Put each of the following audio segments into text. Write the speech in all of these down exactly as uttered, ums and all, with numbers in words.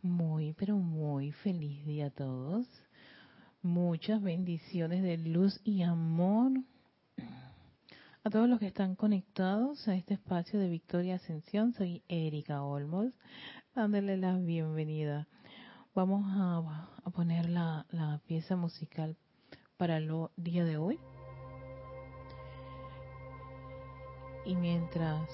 Muy, pero muy feliz día a todos. Muchas bendiciones de luz y amor a todos los que están conectados a este espacio de Victoria Ascensión. Soy Erika Olmos, dándole la bienvenida. Vamos a, a poner la, la pieza musical para el día de hoy. Y mientras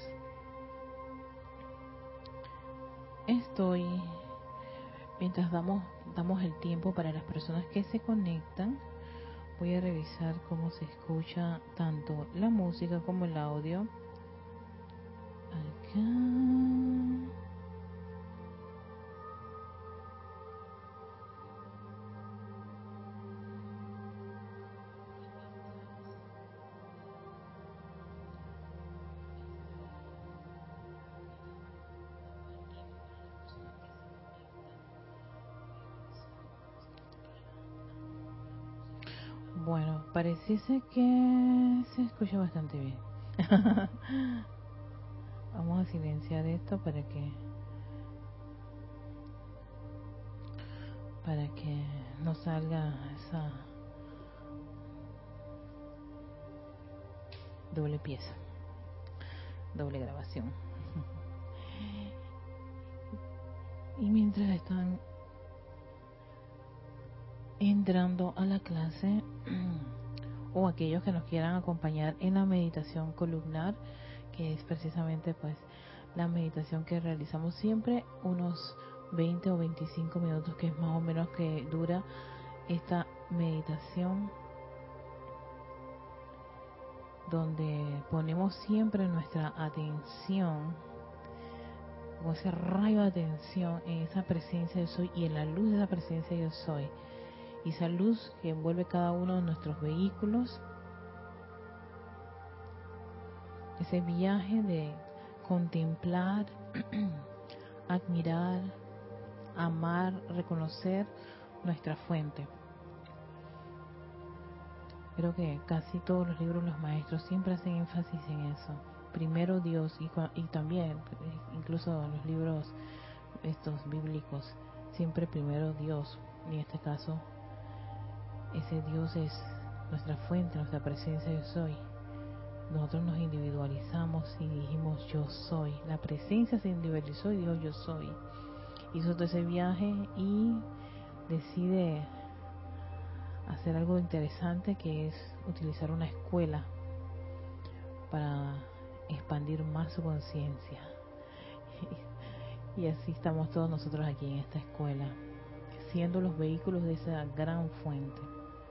estoy, mientras damos, damos el tiempo para las personas que se conectan, voy a revisar cómo se escucha tanto la música como el audio. Acá. Bueno, pareciese que se escucha bastante bien. Vamos a silenciar esto para que para que no salga esa doble pieza, doble grabación. Y mientras están entrando a la clase o aquellos que nos quieran acompañar en la meditación columnar, que es precisamente pues la meditación que realizamos siempre, unos veinte o veinticinco minutos, que es más o menos que dura esta meditación, donde ponemos siempre nuestra atención, con ese rayo de atención en esa presencia yo soy y en la luz de esa presencia yo soy, y esa luz que envuelve cada uno de nuestros vehículos, ese viaje de contemplar, admirar, amar, reconocer nuestra fuente. Creo que casi todos los libros, los maestros siempre hacen énfasis en eso. Primero Dios, y, y también, incluso los libros estos bíblicos, siempre primero Dios. Y en este caso, ese Dios es nuestra fuente, nuestra presencia yo soy. Nosotros nos individualizamos y dijimos yo soy. La presencia se individualizó y dijo yo soy. Hizo todo ese viaje y decide hacer algo interesante, que es utilizar una escuela para expandir más su conciencia. Y así estamos todos nosotros aquí en esta escuela, siendo los vehículos de esa gran fuente.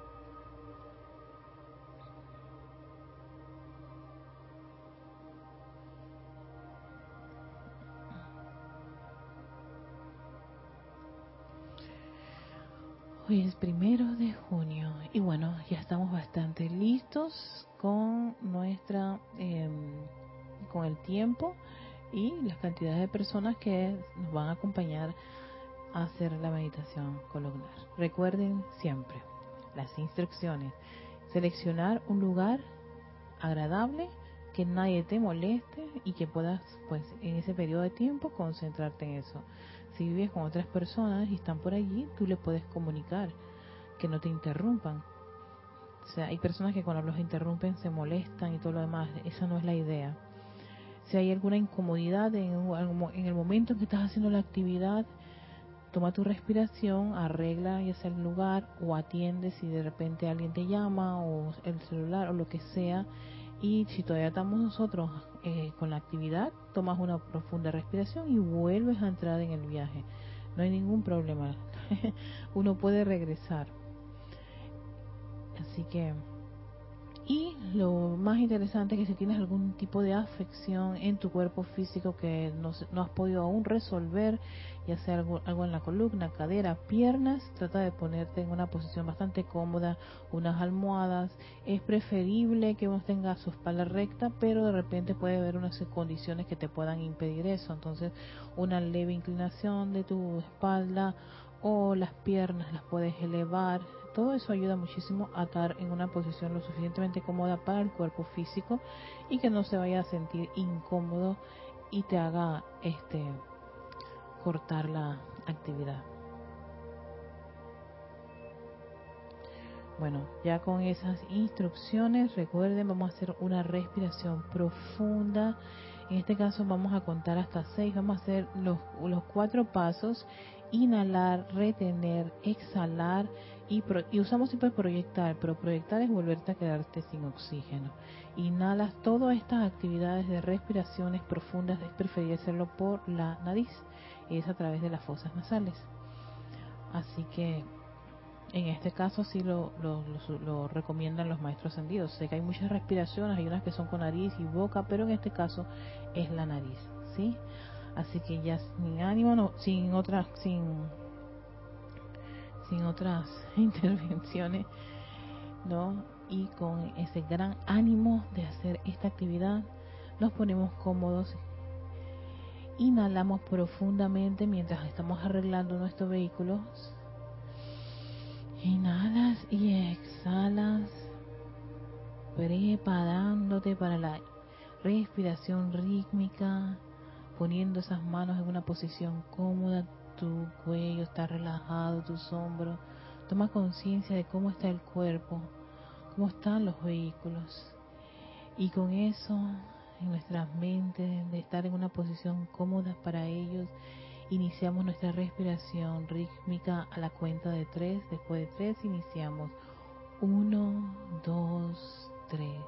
Hoy es primero de junio y bueno, ya estamos bastante listos con nuestra, eh, con el tiempo y las cantidades de personas que nos van a acompañar a hacer la meditación columnar. Recuerden siempre las instrucciones: seleccionar un lugar agradable, que nadie te moleste y que puedas, pues, en ese periodo de tiempo concentrarte en eso. Si vives con otras personas y están por allí, tú le puedes comunicar que no te interrumpan. O sea, hay personas que cuando los interrumpen se molestan y todo lo demás. Esa no es la idea. Si hay alguna incomodidad en, en el momento en que estás haciendo la actividad, toma tu respiración, arregla ya sea el lugar o atiende si de repente alguien te llama o el celular o lo que sea. Y si todavía estamos nosotros eh, con la actividad, tomas una profunda respiración y vuelves a entrar en el viaje. No hay ningún problema. Uno puede regresar. Así que, y lo más interesante es que si tienes algún tipo de afección en tu cuerpo físico que no, no has podido aún resolver, ya sea algo, algo en la columna, cadera, piernas, trata de ponerte en una posición bastante cómoda, unas almohadas. Es preferible que uno tenga su espalda recta, pero de repente puede haber unas condiciones que te puedan impedir eso. Entonces, una leve inclinación de tu espalda o las piernas las puedes elevar. Todo eso ayuda muchísimo a estar en una posición lo suficientemente cómoda para el cuerpo físico y que no se vaya a sentir incómodo y te haga este cortar la actividad. Bueno, ya con esas instrucciones, recuerden, vamos a hacer una respiración profunda. En este caso vamos a contar hasta seis. Vamos a hacer los, los cuatro pasos: inhalar, retener, exhalar y, pro, y usamos siempre proyectar, pero proyectar es volverte a quedarte sin oxígeno. Inhalas. Todas estas actividades de respiraciones profundas es preferible hacerlo por la nariz, es a través de las fosas nasales. Así que en este caso sí lo, lo, lo, lo recomiendan los maestros ascendidos. Sé que hay muchas respiraciones, hay unas que son con nariz y boca, pero en este caso es la nariz, ¿sí? Así que ya sin ánimo, no, sin otras, sin, sin otras intervenciones, ¿no? Y con ese gran ánimo de hacer esta actividad, nos ponemos cómodos. Inhalamos profundamente mientras estamos arreglando nuestro vehículo. Inhalas y exhalas, preparándote para la respiración rítmica, poniendo esas manos en una posición cómoda, tu cuello está relajado, tus hombros. Toma conciencia de cómo está el cuerpo, cómo están los vehículos. Y con eso, en nuestras mentes, de estar en una posición cómoda para ellos, iniciamos nuestra respiración rítmica a la cuenta de tres. Después de tres iniciamos. Uno, dos, tres.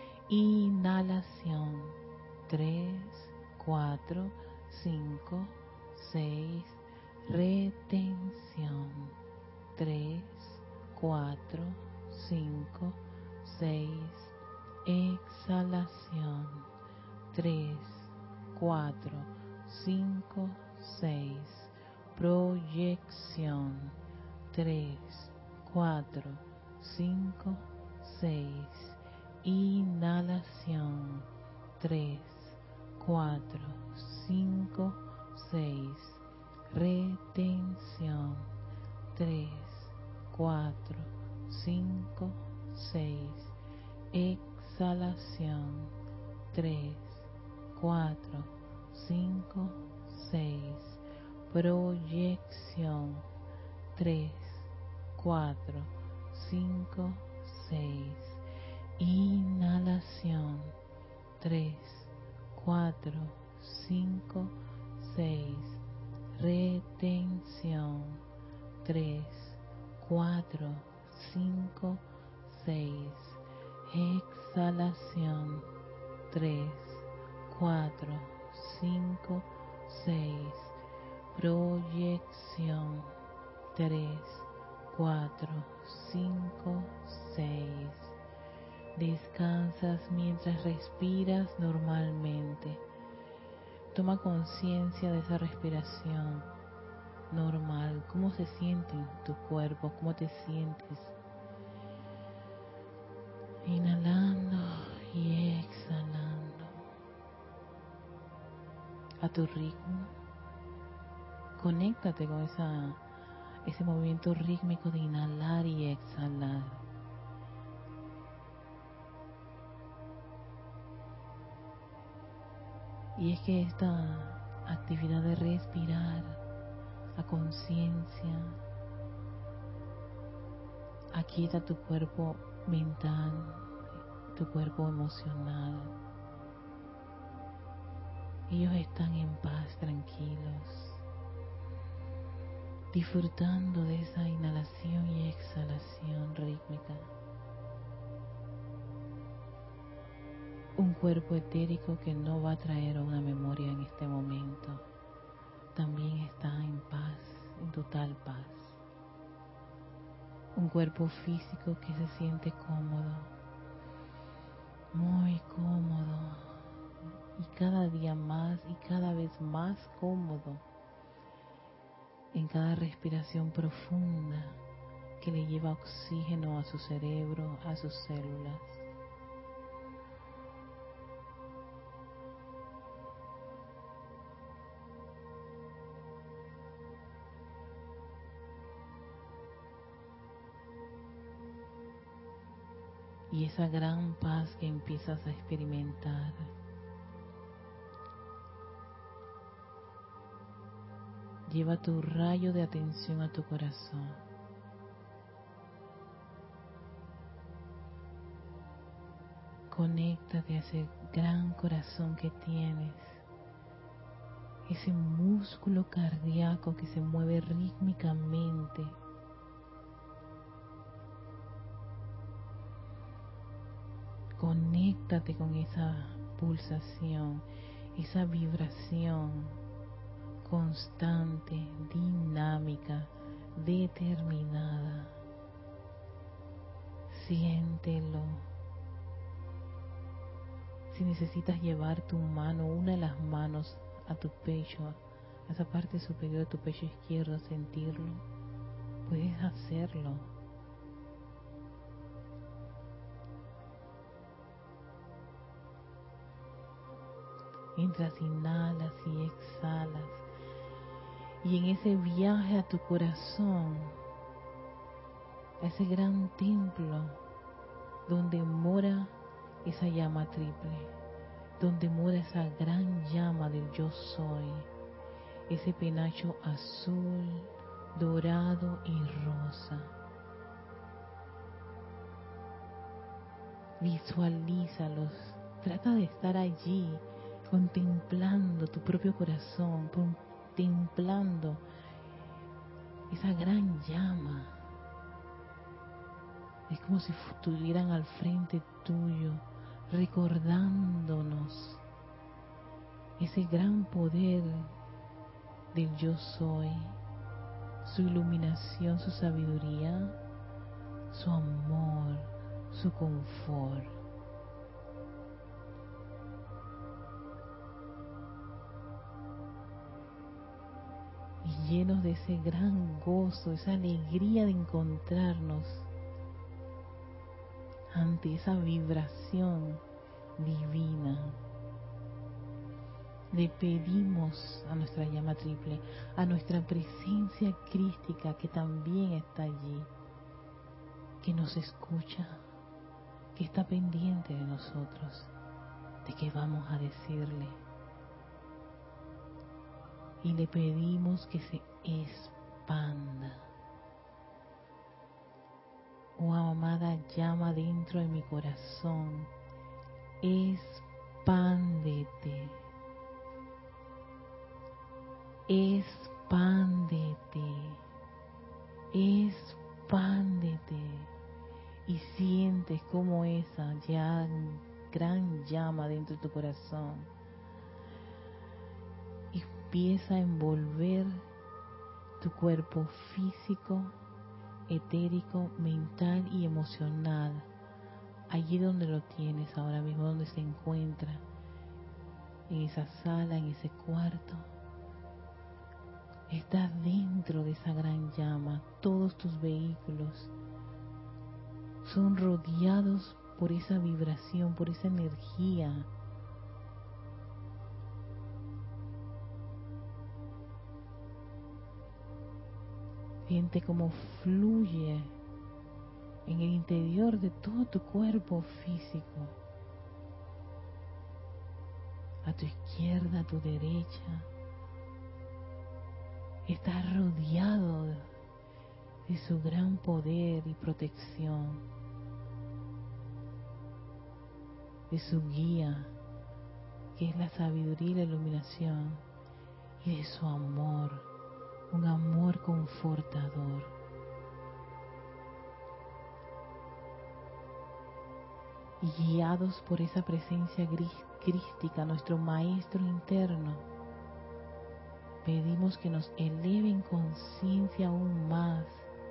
Inhalación. Tres, cuatro, cinco, seis. Retención. Tres, cuatro, cinco, seis. Exhalación. Tres, cuatro, cinco, seis. Proyección. Tres, cuatro, cinco, seis. Inhalación. Tres, cuatro, cinco, seis. Retención. Tres, cuatro, cinco, seis. Exhalación. Tres, cuatro, cinco, seis. Proyección. Tres, cuatro, cinco, seis. Inhalación. Tres, cuatro, cinco, seis. Retención. Tres, cuatro, cinco, seis. Exhalación. Tres, cuatro, cinco, seis. Proyección. Tres, cuatro, cinco, seis. Descansas mientras respiras normalmente. Toma conciencia de esa respiración normal. ¿Cómo se siente en tu cuerpo? ¿Cómo te sientes? Inhalando y exhalando a tu ritmo. Conéctate con esa, ese movimiento rítmico de inhalar y exhalar. Y es que esta actividad de respirar a conciencia aquieta tu cuerpo mental, tu cuerpo emocional. Ellos están en paz, tranquilos, disfrutando de esa inhalación y exhalación rítmica. Un cuerpo etérico que no va a traer una memoria en este momento, también está en paz, en total paz. Un cuerpo físico que se siente cómodo, muy cómodo, y cada día más y cada vez más cómodo en cada respiración profunda que le lleva oxígeno a su cerebro, a sus células. Y esa gran paz que empiezas a experimentar Lleva tu rayo de atención a tu corazón. Conéctate a ese gran corazón que tienes, ese músculo cardíaco que se mueve rítmicamente. Conéctate con esa pulsación, esa vibración constante, dinámica, determinada. Siéntelo. Si necesitas llevar tu mano, una de las manos a tu pecho, a esa parte superior de tu pecho izquierdo, a sentirlo, puedes hacerlo. Mientras inhalas y exhalas, y en ese viaje a tu corazón, a ese gran templo donde mora esa llama triple, donde mora esa gran llama del yo soy, ese penacho azul, dorado y rosa. Visualízalos, trata de estar allí contemplando tu propio corazón, contemplando esa gran llama. Es como si estuvieran al frente tuyo, recordándonos ese gran poder del yo soy, su iluminación, su sabiduría, su amor, su confort. Y llenos de ese gran gozo, esa alegría de encontrarnos ante esa vibración divina, le pedimos a nuestra llama triple, a nuestra presencia crística que también está allí, que nos escucha, que está pendiente de nosotros, de qué vamos a decirle. Y le pedimos que se expanda. Oh amada llama dentro de mi corazón, expándete, expándete, expándete, y sientes como esa ya gran llama dentro de tu corazón empieza a envolver tu cuerpo físico, etérico, mental y emocional, allí donde lo tienes ahora mismo, donde se encuentra, en esa sala, en ese cuarto. Estás dentro de esa gran llama, todos tus vehículos son rodeados por esa vibración, por esa energía. Siente cómo fluye en el interior de todo tu cuerpo físico, a tu izquierda, a tu derecha. Estás rodeado de su gran poder y protección, de su guía, que es la sabiduría y la iluminación, y de su amor, un amor confortador. Y guiados por esa presencia crística, nuestro maestro interno, pedimos que nos eleven conciencia aún más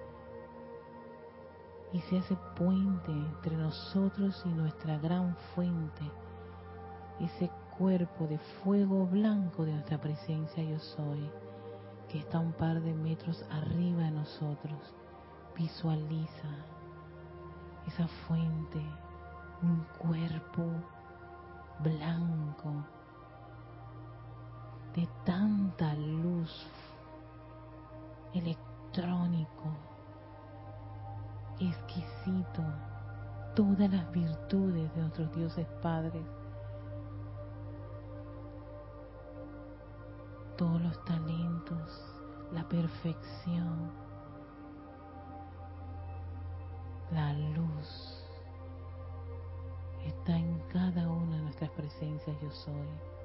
y sea ese puente entre nosotros y nuestra gran fuente, ese cuerpo de fuego blanco de nuestra presencia yo soy, que está un par de metros arriba de nosotros. Visualiza esa fuente, un cuerpo blanco de tanta luz, electrónico, exquisito, todas las virtudes de nuestros dioses padres, todos los talentos, la perfección, la luz está en cada una de nuestras presencias yo soy.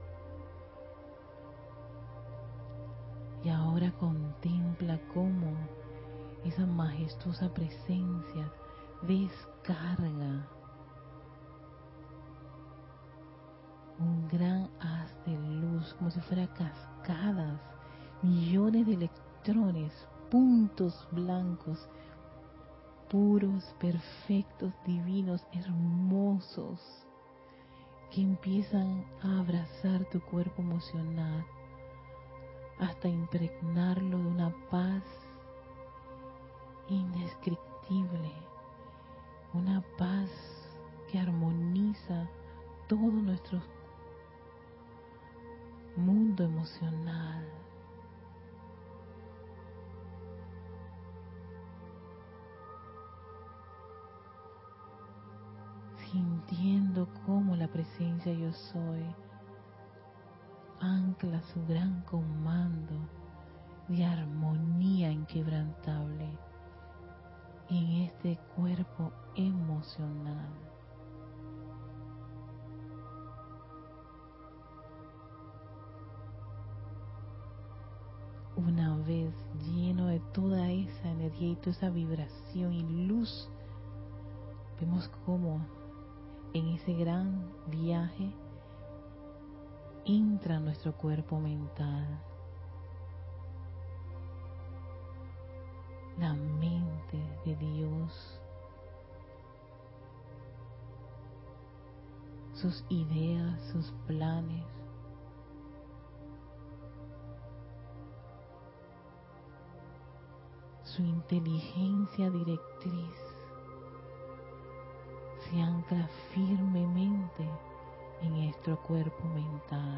Y ahora contempla cómo esa majestuosa presencia descarga un gran haz de luz, como si fuera cascadas, millones de electrones, puntos blancos, puros, perfectos, divinos, hermosos, que empiezan a abrazar tu cuerpo emocional hasta impregnarlo de una paz indescriptible, una paz que armoniza todo nuestro mundo emocional. Sintiendo cómo la presencia yo soy ancla su gran comando de armonía inquebrantable en este cuerpo emocional. Una vez lleno de toda esa energía y toda esa vibración y luz, vemos cómo en ese gran viaje entra nuestro cuerpo mental, la mente de Dios, sus ideas, sus planes, su inteligencia directriz se ancla firmemente en nuestro cuerpo mental.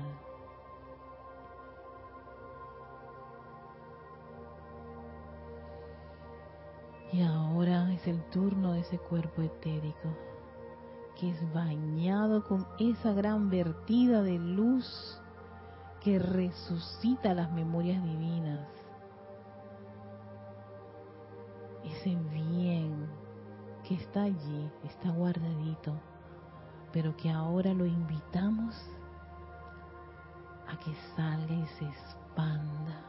Y ahora es el turno de ese cuerpo etérico que es bañado con esa gran vertida de luz que resucita las memorias divinas. Ese bien que está allí, está guardadito, pero que ahora lo invitamos a que salga y se expanda.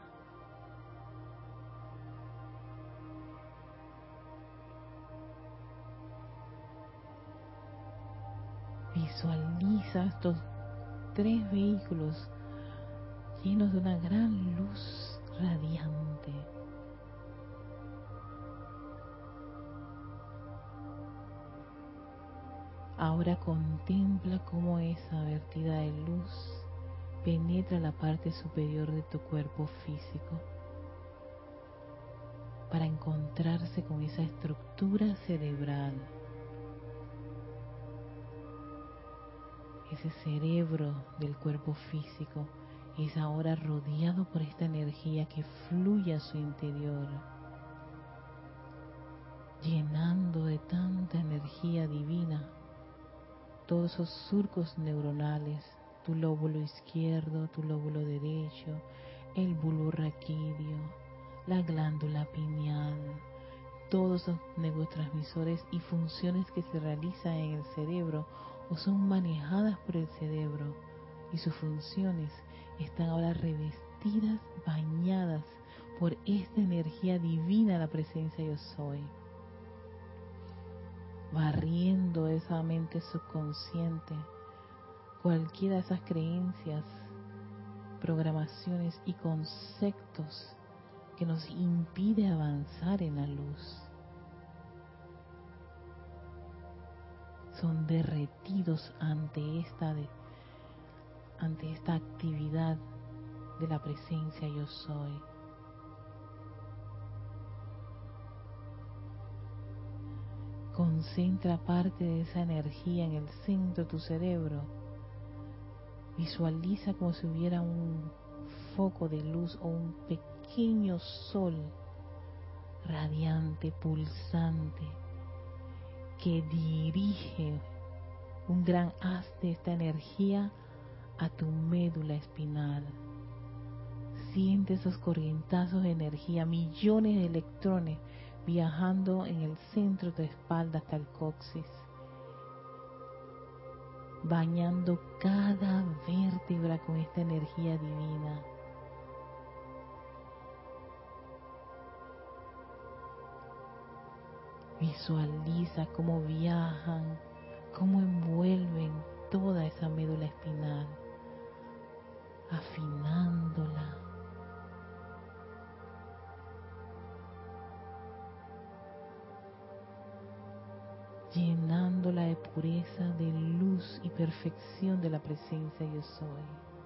Visualiza estos tres vehículos llenos de una gran luz radiante. Ahora contempla cómo esa vertida de luz penetra la parte superior de tu cuerpo físico para encontrarse con esa estructura cerebral. Ese cerebro del cuerpo físico es ahora rodeado por esta energía que fluye a su interior, llenando de tanta energía divina todos esos surcos neuronales, tu lóbulo izquierdo, tu lóbulo derecho, el bulbo raquídeo, la glándula pineal, todos esos neurotransmisores y funciones que se realizan en el cerebro o son manejadas por el cerebro, y sus funciones están ahora revestidas, bañadas por esta energía divina, la presencia yo soy, barriendo esa mente subconsciente cualquiera de esas creencias, programaciones y conceptos que nos impide avanzar en la luz. Son derretidos ante esta de, ante esta actividad de la presencia yo soy. Concentra parte de esa energía en el centro de tu cerebro. Visualiza como si hubiera un foco de luz o un pequeño sol radiante, pulsante, que dirige un gran haz de esta energía a tu médula espinal. Siente esos corrientazos de energía, millones de electrones viajando en el centro de tu espalda hasta el coxis, bañando cada vértebra con esta energía divina. Visualiza cómo viajan, cómo envuelven toda esa médula espinal, afinándola. Llenándola de pureza, de luz y perfección de la presencia yo soy.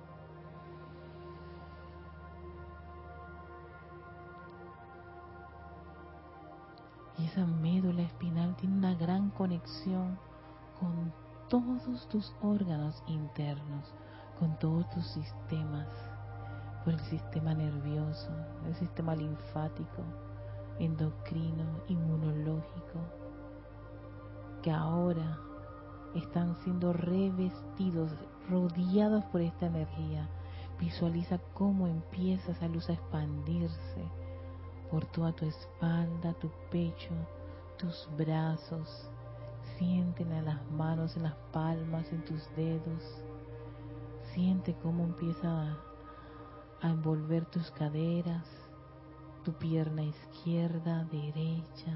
Y esa médula espinal tiene una gran conexión con todos tus órganos internos, con todos tus sistemas, por el sistema nervioso, el sistema linfático, endocrino, inmunológico, que ahora están siendo revestidos, rodeados por esta energía. Visualiza cómo empieza esa luz a expandirse por toda tu espalda, tu pecho, tus brazos. Siéntela en las manos, en las palmas, en tus dedos. Siente cómo empieza a, a envolver tus caderas, tu pierna izquierda, derecha,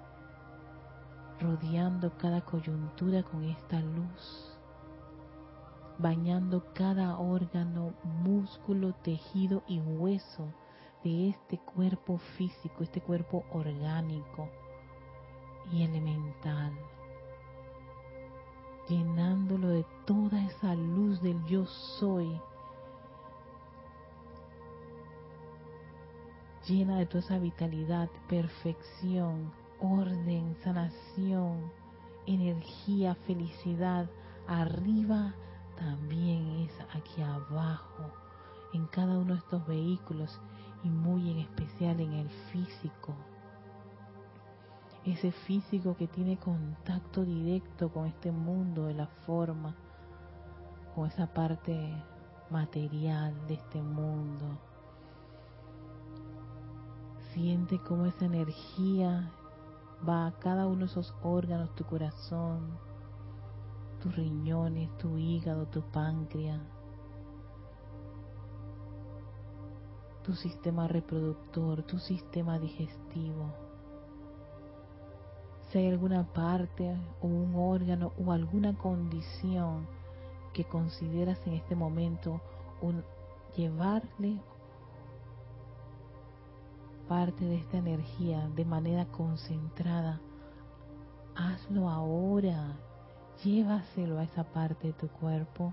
rodeando cada coyuntura con esta luz, bañando cada órgano, músculo, tejido y hueso de este cuerpo físico, este cuerpo orgánico y elemental, llenándolo de toda esa luz del yo soy, llena de toda esa vitalidad, perfección, orden, sanación, energía, felicidad. Arriba también es aquí abajo, en cada uno de estos vehículos y muy en especial en el físico. Ese físico que tiene contacto directo con este mundo de la forma, con esa parte material de este mundo. Siente cómo esa energía va a cada uno de esos órganos, tu corazón, tus riñones, tu hígado, tu páncreas, tu sistema reproductor, tu sistema digestivo. Si hay alguna parte o un órgano o alguna condición que consideras en este momento un llevarle parte de esta energía de manera concentrada, hazlo ahora. Llévaselo a esa parte de tu cuerpo.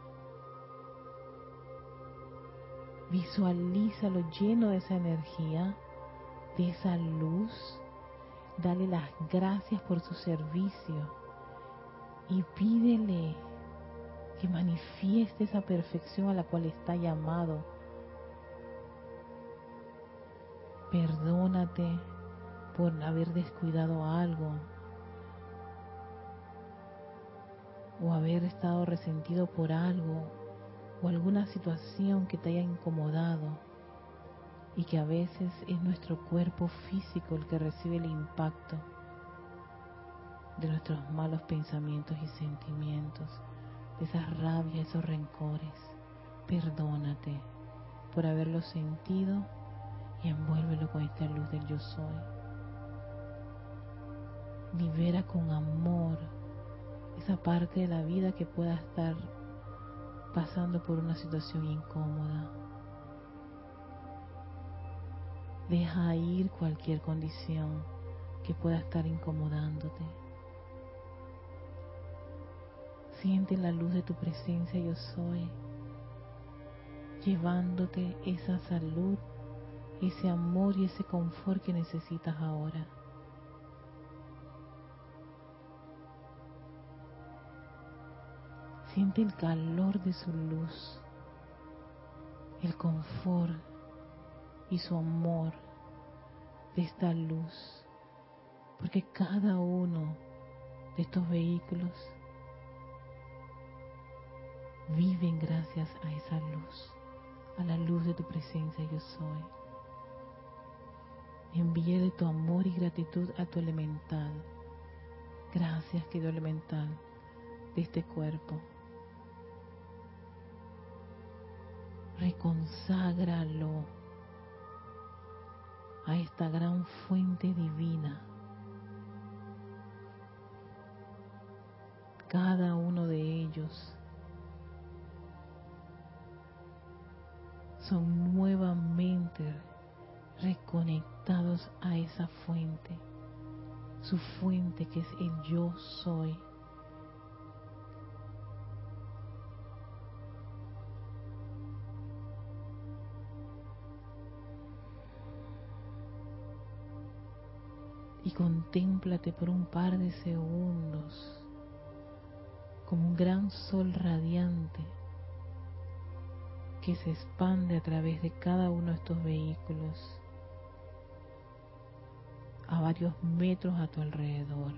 Visualízalo lleno de esa energía, de esa luz. Dale las gracias por su servicio y pídele que manifieste esa perfección a la cual está llamado. Perdónate por haber descuidado algo o haber estado resentido por algo o alguna situación que te haya incomodado y que a veces es nuestro cuerpo físico el que recibe el impacto de nuestros malos pensamientos y sentimientos, de esas rabias, esos rencores. Perdónate por haberlo sentido y envuélvelo con esta luz del yo soy. Libera con amor esa parte de la vida que pueda estar pasando por una situación incómoda. Deja ir cualquier condición que pueda estar incomodándote. Siente la luz de tu presencia yo soy, llevándote esa salud, ese amor y ese confort que necesitas ahora. Siente el calor de su luz, el confort y su amor de esta luz, porque cada uno de estos vehículos viven gracias a esa luz. a la luz de tu presencia yo soy. Envíale tu amor y gratitud a tu elemental. Gracias, querido elemental, de este cuerpo. Reconságralo a esta gran fuente divina. Cada uno de ellos son nuevamente reconectados a esa fuente, su fuente que es el yo soy. Y contémplate por un par de segundos como un gran sol radiante que se expande a través de cada uno de estos vehículos a varios metros a tu alrededor.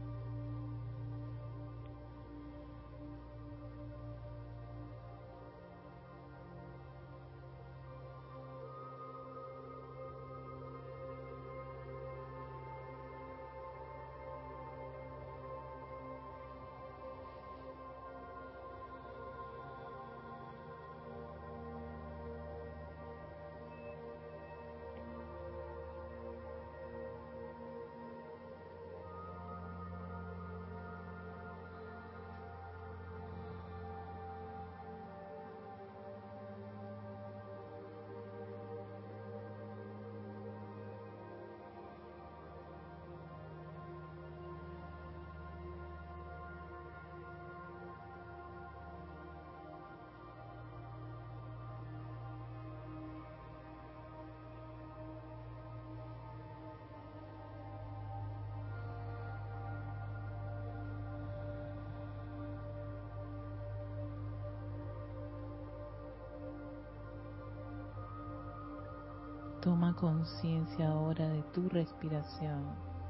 Toma conciencia ahora de tu respiración.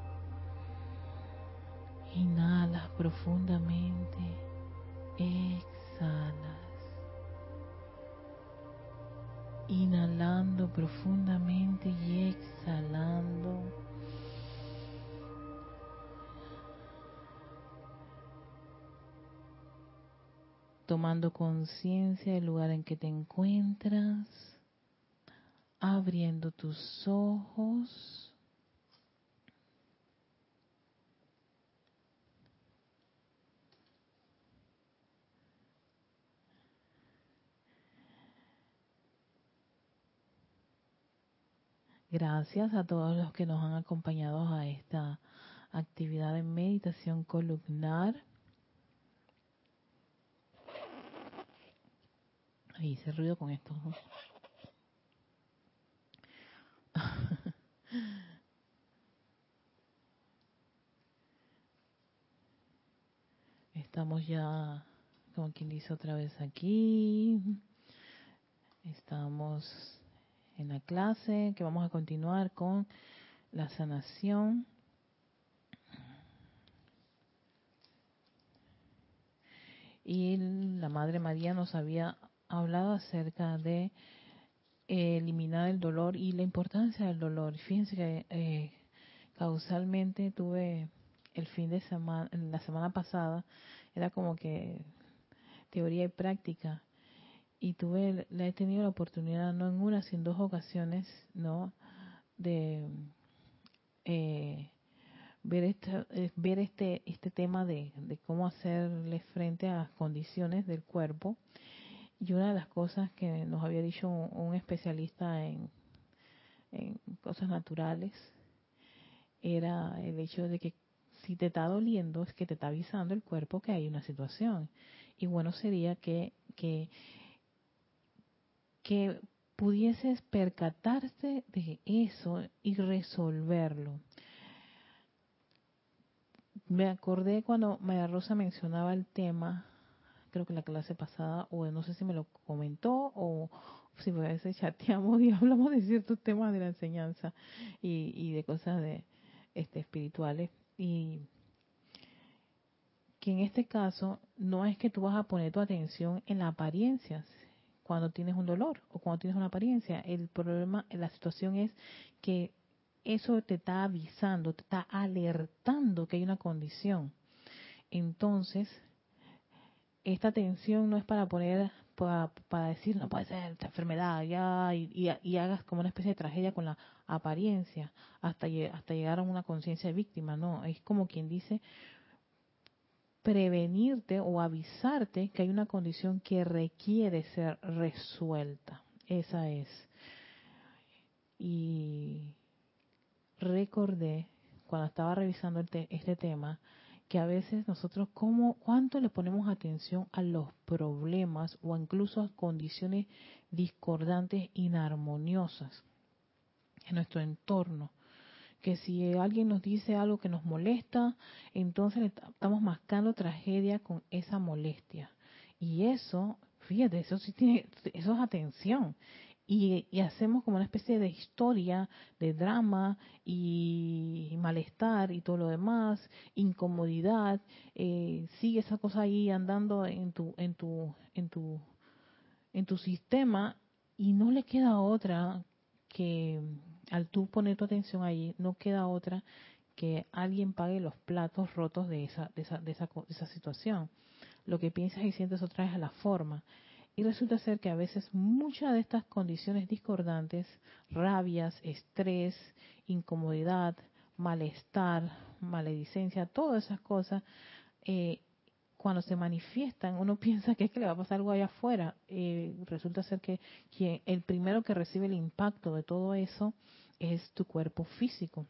Inhalas profundamente, exhalas. Inhalando profundamente y exhalando. Tomando conciencia del lugar en que te encuentras. Abriendo tus ojos. Gracias a todos los que nos han acompañado a esta actividad de meditación columnar. Ahí hice ruido con esto, ¿no? Estamos ya, como quien dice, otra vez aquí. Estamos en la clase que vamos a continuar con la sanación. Y la Madre María nos había hablado acerca de eh, eliminar el dolor y la importancia del dolor. Fíjense que eh, causalmente tuve el fin de semana, la semana pasada, era como que teoría y práctica, y tuve, la he tenido la oportunidad, no en una, sino en dos ocasiones, ¿no? De eh, ver este, eh, ver este, este tema de, de cómo hacerle frente a las condiciones del cuerpo. Y una de las cosas que nos había dicho un, un especialista en, en cosas naturales era el hecho de que si te está doliendo es que te está avisando el cuerpo que hay una situación. Y bueno sería que, que, que pudieses percatarse de eso y resolverlo. Me acordé cuando María Rosa mencionaba el tema, creo que en la clase pasada, o no sé si me lo comentó, o si a veces chateamos y hablamos de ciertos temas de la enseñanza y, y de cosas de este espirituales, y que en este caso no es que tú vas a poner tu atención en la apariencia. cuando tienes un dolor o cuando tienes una apariencia. El problema, la situación es que eso te está avisando, te está alertando que hay una condición. Entonces, esta tensión no es para poner, para, para decir, no puede ser esta enfermedad, ya, y, y, y hagas como una especie de tragedia con la apariencia, hasta, hasta llegar a una conciencia de víctima, no, es como quien dice, prevenirte o avisarte que hay una condición que requiere ser resuelta, esa es. Y recordé, cuando estaba revisando el te- este tema, que a veces nosotros, ¿cómo, cuánto le ponemos atención a los problemas o incluso a condiciones discordantes, inarmoniosas en nuestro entorno? Que si alguien nos dice algo que nos molesta, entonces le estamos mascando tragedia con esa molestia. Y eso, fíjate, eso sí tiene, eso es atención. Y, y hacemos como una especie de historia, de drama y malestar y todo lo demás, incomodidad, eh, sigue esa cosa ahí andando en tu, en tu, en tu, en tu sistema y no le queda otra que, al tú poner tu atención ahí, no queda otra que alguien pague los platos rotos de esa, de esa, de esa, de esa situación. Lo que piensas y sientes otra vez a la forma. Y resulta ser que a veces muchas de estas condiciones discordantes, rabias, estrés, incomodidad, malestar, maledicencia, todas esas cosas, eh, cuando se manifiestan, uno piensa que es que le va a pasar algo allá afuera. Eh, resulta ser que quien, el primero que recibe el impacto de todo eso es tu cuerpo físico.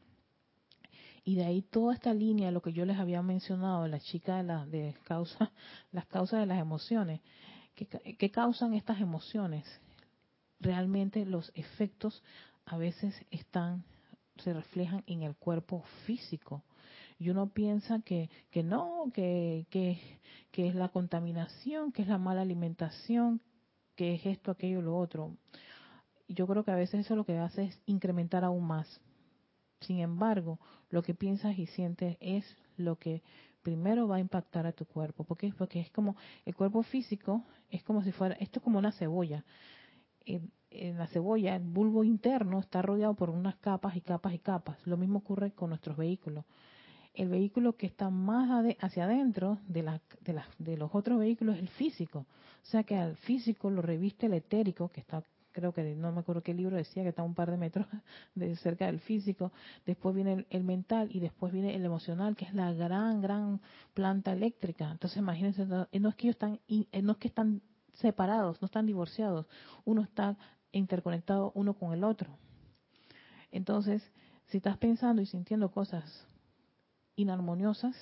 Y de ahí toda esta línea, lo que yo les había mencionado, la chica de, la, de causa, las causas de las emociones, que, que causan estas emociones. Realmente los efectos a veces están, se reflejan en el cuerpo físico. Y uno piensa que, que no, que, que, que es la contaminación, que es la mala alimentación, que es esto, aquello, lo otro. Y yo creo que a veces eso lo que hace es incrementar aún más. Sin embargo, lo que piensas y sientes es lo que primero va a impactar a tu cuerpo. ¿Por qué? Porque es como, el cuerpo físico es como si fuera, esto es como una cebolla. En, en la cebolla, el bulbo interno está rodeado por unas capas y capas y capas. Lo mismo ocurre con nuestros vehículos. El vehículo que está más ade- hacia adentro de, la, de, la, de los otros vehículos es el físico. O sea que al físico lo reviste el etérico, que está, creo que no me acuerdo qué libro decía, que está a un par de metros de cerca del físico. Después viene el, el mental y después viene el emocional, que es la gran, gran planta eléctrica. Entonces imagínense, no, no es que ellos están, no es que están separados, no están divorciados. Uno está interconectado uno con el otro. Entonces, si estás pensando y sintiendo cosas inarmoniosas,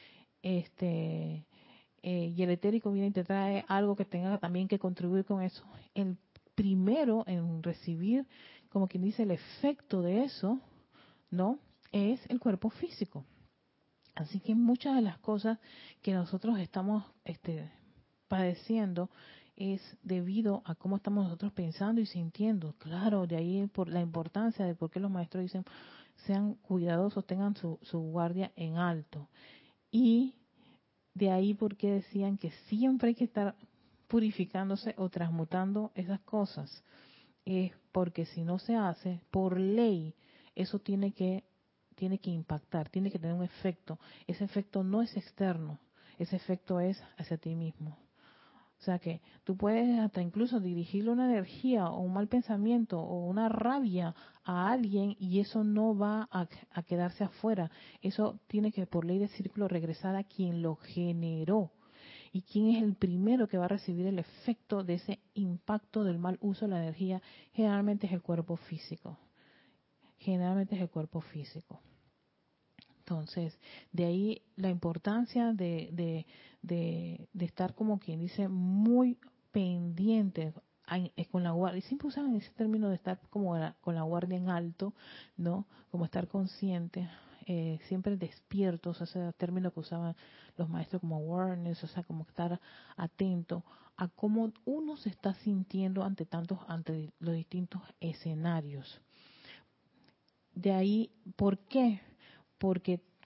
este eh, y el etérico viene y te trae algo que tenga también que contribuir con eso. El primero en recibir, como quien dice, el efecto de eso, ¿no? Es el cuerpo físico. Así que muchas de las cosas que nosotros estamos este, padeciendo es debido a cómo estamos nosotros pensando y sintiendo. Claro, de ahí por la importancia de por qué los maestros dicen sean cuidadosos, tengan su, su guardia en alto. Y de ahí porque decían que siempre hay que estar purificándose o transmutando esas cosas. Es porque si no se hace, por ley, eso tiene que, tiene que impactar, tiene que tener un efecto. Ese efecto no es externo, ese efecto es hacia ti mismo. O sea que tú puedes hasta incluso dirigirle una energía o un mal pensamiento o una rabia a alguien y eso no va a, a quedarse afuera. Eso tiene que por ley de círculo regresar a quien lo generó. ¿Y quién es el primero que va a recibir el efecto de ese impacto del mal uso de la energía? Generalmente es el cuerpo físico. Generalmente es el cuerpo físico. Entonces, de ahí la importancia de, de, de, de estar como quien dice muy pendiente con la guardia. Y siempre usan ese término de estar como la, con la guardia en alto, ¿no? Como estar consciente, eh, siempre despiertos, ese término que usaban los maestros como awareness, o sea, como estar atento a cómo uno se está sintiendo ante tantos, ante los distintos escenarios. De ahí, ¿por qué? Porque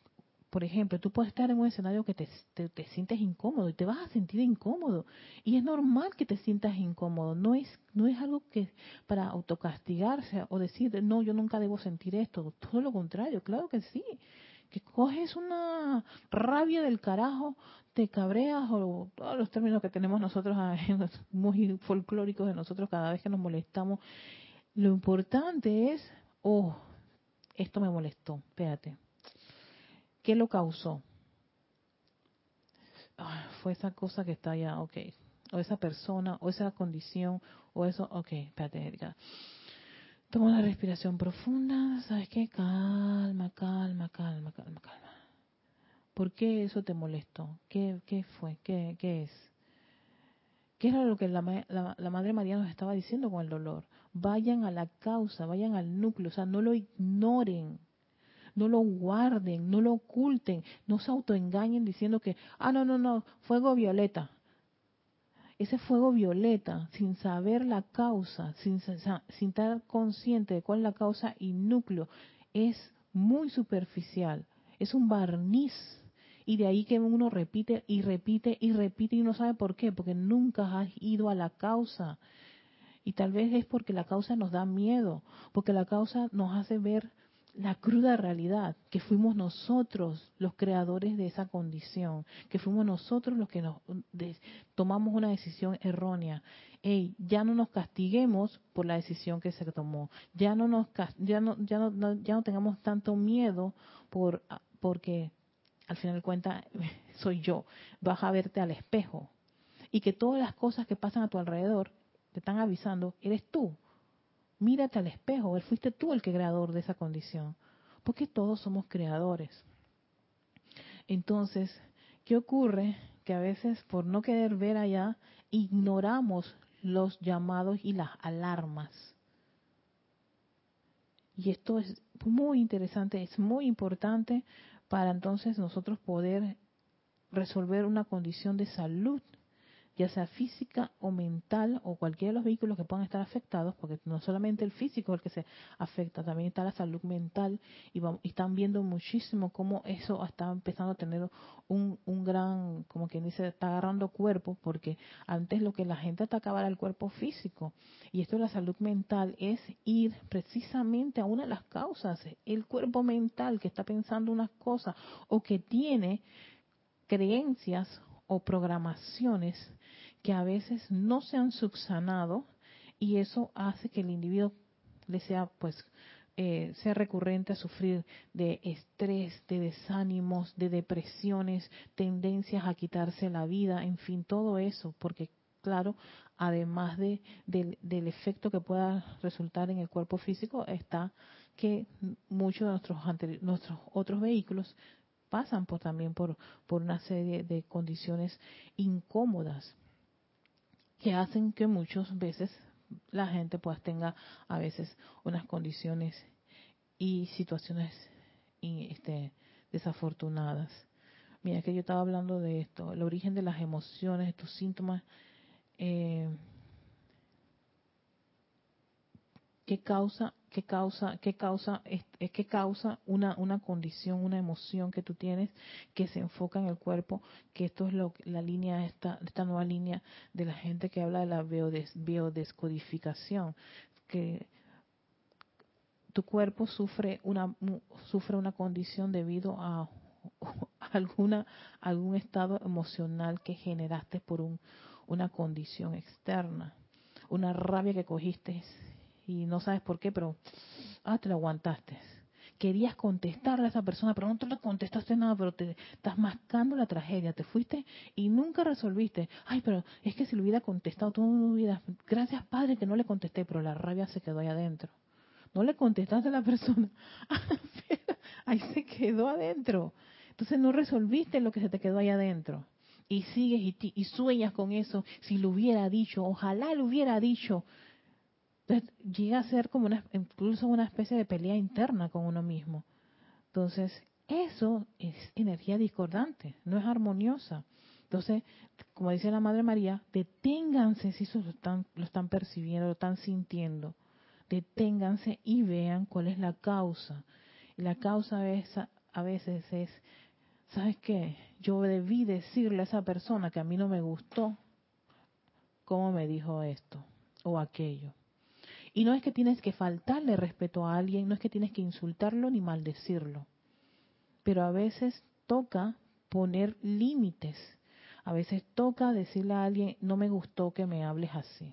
Por ejemplo, tú puedes estar en un escenario que te, te, te sientes incómodo y te vas a sentir incómodo. Y es normal que te sientas incómodo. No es, no es algo que para autocastigarse o decir, no, yo nunca debo sentir esto. Todo lo contrario, claro que sí. Que coges una rabia del carajo, te cabreas o todos los términos que tenemos nosotros muy folclóricos de nosotros cada vez que nos molestamos. Lo importante es, oh, esto me molestó, espérate. ¿Qué lo causó? Ah, fue esa cosa que está allá, ok. O esa persona, o esa condición, o eso, ok, espérate, Erika. Toma una respiración profunda, ¿sabes qué? Calma, calma, calma, calma, calma. ¿Por qué eso te molestó? ¿Qué, qué fue? ¿Qué, qué es? ¿Qué era lo que la, la, la Madre María nos estaba diciendo con el dolor? Vayan a la causa, vayan al núcleo, o sea, no lo ignoren. No lo guarden, no lo oculten, no se autoengañen diciendo que, ah, no, no, no, fuego violeta. Ese fuego violeta, sin saber la causa, sin, sin estar consciente de cuál es la causa y núcleo, es muy superficial, es un barniz. Y de ahí que uno repite y repite y repite y no sabe por qué, porque nunca has ido a la causa. Y tal vez es porque la causa nos da miedo, porque la causa nos hace ver la cruda realidad, que fuimos nosotros los creadores de esa condición, que fuimos nosotros los que nos de, tomamos una decisión errónea. Ey, ya no nos castiguemos por la decisión que se tomó, ya no nos ya no ya no, no ya no tengamos tanto miedo por porque al final de cuentas soy yo. Vas a verte al espejo y que todas las cosas que pasan a tu alrededor te están avisando, eres tú. Mírate al espejo, él fuiste tú el que creador de esa condición, porque todos somos creadores. Entonces, ¿qué ocurre? Que a veces por no querer ver allá, ignoramos los llamados y las alarmas. Y esto es muy interesante, es muy importante para entonces nosotros poder resolver una condición de salud, ya sea física o mental o cualquiera de los vehículos que puedan estar afectados, porque no solamente el físico es el que se afecta, también está la salud mental y, vamos, y están viendo muchísimo cómo eso está empezando a tener un, un gran, como quien dice, está agarrando cuerpo, porque antes lo que la gente atacaba era el cuerpo físico y esto de la salud mental es ir precisamente a una de las causas, el cuerpo mental que está pensando unas cosas o que tiene creencias o programaciones que a veces no se han subsanado y eso hace que el individuo le sea pues eh, sea recurrente a sufrir de estrés, de desánimos, de depresiones, tendencias a quitarse la vida, en fin, todo eso, porque claro, además de, de del efecto que pueda resultar en el cuerpo físico, está que muchos de nuestros, anteri- nuestros otros vehículos pasan por, también por, por una serie de condiciones incómodas que hacen que muchas veces la gente pues tenga a veces unas condiciones y situaciones y, este, desafortunadas. Mira que yo estaba hablando de esto, el origen de las emociones, estos síntomas, eh, qué causa qué causa qué causa es, es que causa una una condición, una emoción que tú tienes que se enfoca en el cuerpo, que esto es lo la línea esta esta nueva línea de la gente que habla de la biodes, biodescodificación, que tu cuerpo sufre una sufre una condición debido a alguna algún estado emocional que generaste por un una condición externa, una rabia que cogiste y no sabes por qué, pero ah, te lo aguantaste. Querías contestarle a esa persona, pero no te le contestaste nada, pero te estás mascando la tragedia, te fuiste y nunca resolviste. Ay, pero es que si le hubiera contestado, tú no hubieras, gracias Padre que no le contesté, pero la rabia se quedó ahí adentro. No le contestaste a la persona, ahí se quedó adentro. Entonces no resolviste lo que se te quedó ahí adentro. Y sigues y, ti- y sueñas con eso, si lo hubiera dicho, ojalá lo hubiera dicho. Entonces, llega a ser como una, incluso una especie de pelea interna con uno mismo. Entonces, eso es energía discordante, no es armoniosa. Entonces, como dice la Madre María, deténganse si eso lo están, lo están percibiendo, lo están sintiendo. Deténganse y vean cuál es la causa. Y la causa a veces, a veces es ¿sabes qué? Yo debí decirle a esa persona que a mí no me gustó cómo me dijo esto o aquello. Y no es que tienes que faltarle respeto a alguien, no es que tienes que insultarlo ni maldecirlo, pero a veces toca poner límites. A veces toca decirle a alguien, no me gustó que me hables así.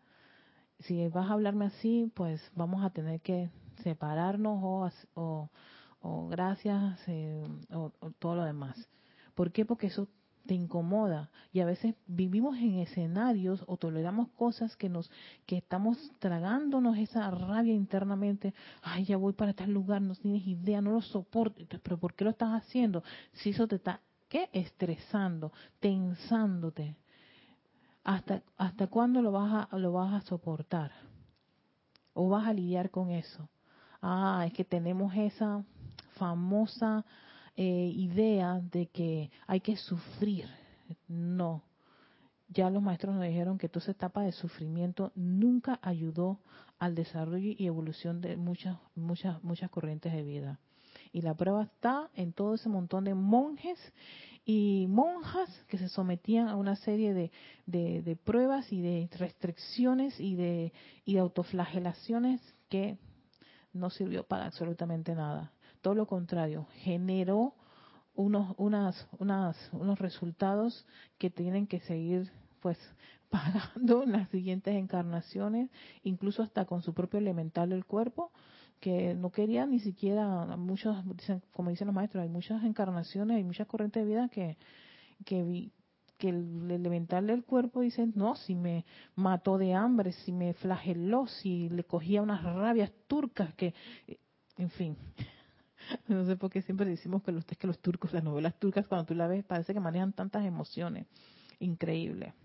Si vas a hablarme así, pues vamos a tener que separarnos o, o, o gracias eh, o, o todo lo demás. ¿Por qué? Porque eso te incomoda y a veces vivimos en escenarios o toleramos cosas que nos que estamos tragándonos esa rabia internamente. Ay, ya voy para tal lugar, no tienes idea, no lo soporto. Pero ¿por qué lo estás haciendo? Si eso te está ¿qué? Estresando, tensándote. ¿Hasta hasta cuándo lo vas a lo vas a soportar? ¿O vas a lidiar con eso? Ah, es que tenemos esa famosa eh, idea de que hay que sufrir. No, ya los maestros nos dijeron que toda esa etapa de sufrimiento nunca ayudó al desarrollo y evolución de muchas, muchas, muchas corrientes de vida. Y la prueba está en todo ese montón de monjes y monjas que se sometían a una serie de, de, de pruebas y de restricciones y de, y de autoflagelaciones que no sirvió para absolutamente nada. Todo lo contrario, generó unos, unas, unas, unos resultados que tienen que seguir pues pagando en las siguientes encarnaciones, incluso hasta con su propio elemental del cuerpo, que no quería ni siquiera, muchos, dicen, como dicen los maestros, hay muchas encarnaciones, hay muchas corrientes de vida que, que vi, que el elemental del cuerpo dice, no, si me mató de hambre, si me flageló, si le cogía unas rabias turcas, que, en fin. No sé por qué siempre decimos que los, que los turcos, las novelas turcas, cuando tú la ves, parece que manejan tantas emociones. Increíble.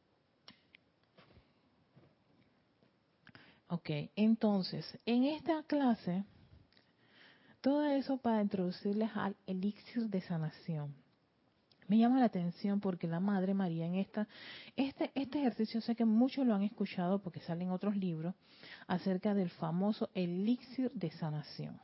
Ok, entonces, en esta clase, todo eso para introducirles al elixir de sanación. Me llama la atención porque la Madre María en esta, este, este ejercicio, sé que muchos lo han escuchado porque salen otros libros acerca del famoso elixir de sanación.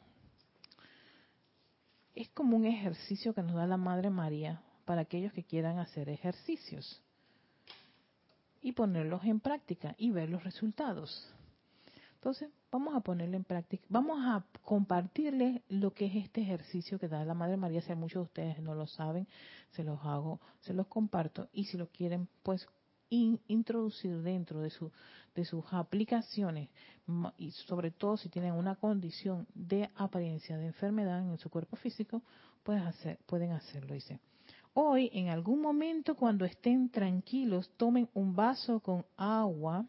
Es como un ejercicio que nos da la Madre María para aquellos que quieran hacer ejercicios y ponerlos en práctica y ver los resultados. Entonces, vamos a ponerlo en práctica. Vamos a compartirles lo que es este ejercicio que da la Madre María. Si muchos de ustedes no lo saben, se los hago, se los comparto. Y si lo quieren, pues, in, introducir dentro de, su, de sus aplicaciones, y sobre todo si tienen una condición de apariencia de enfermedad en su cuerpo físico, pues hacer, pueden hacerlo. Dice, hoy, en algún momento, cuando estén tranquilos, tomen un vaso con agua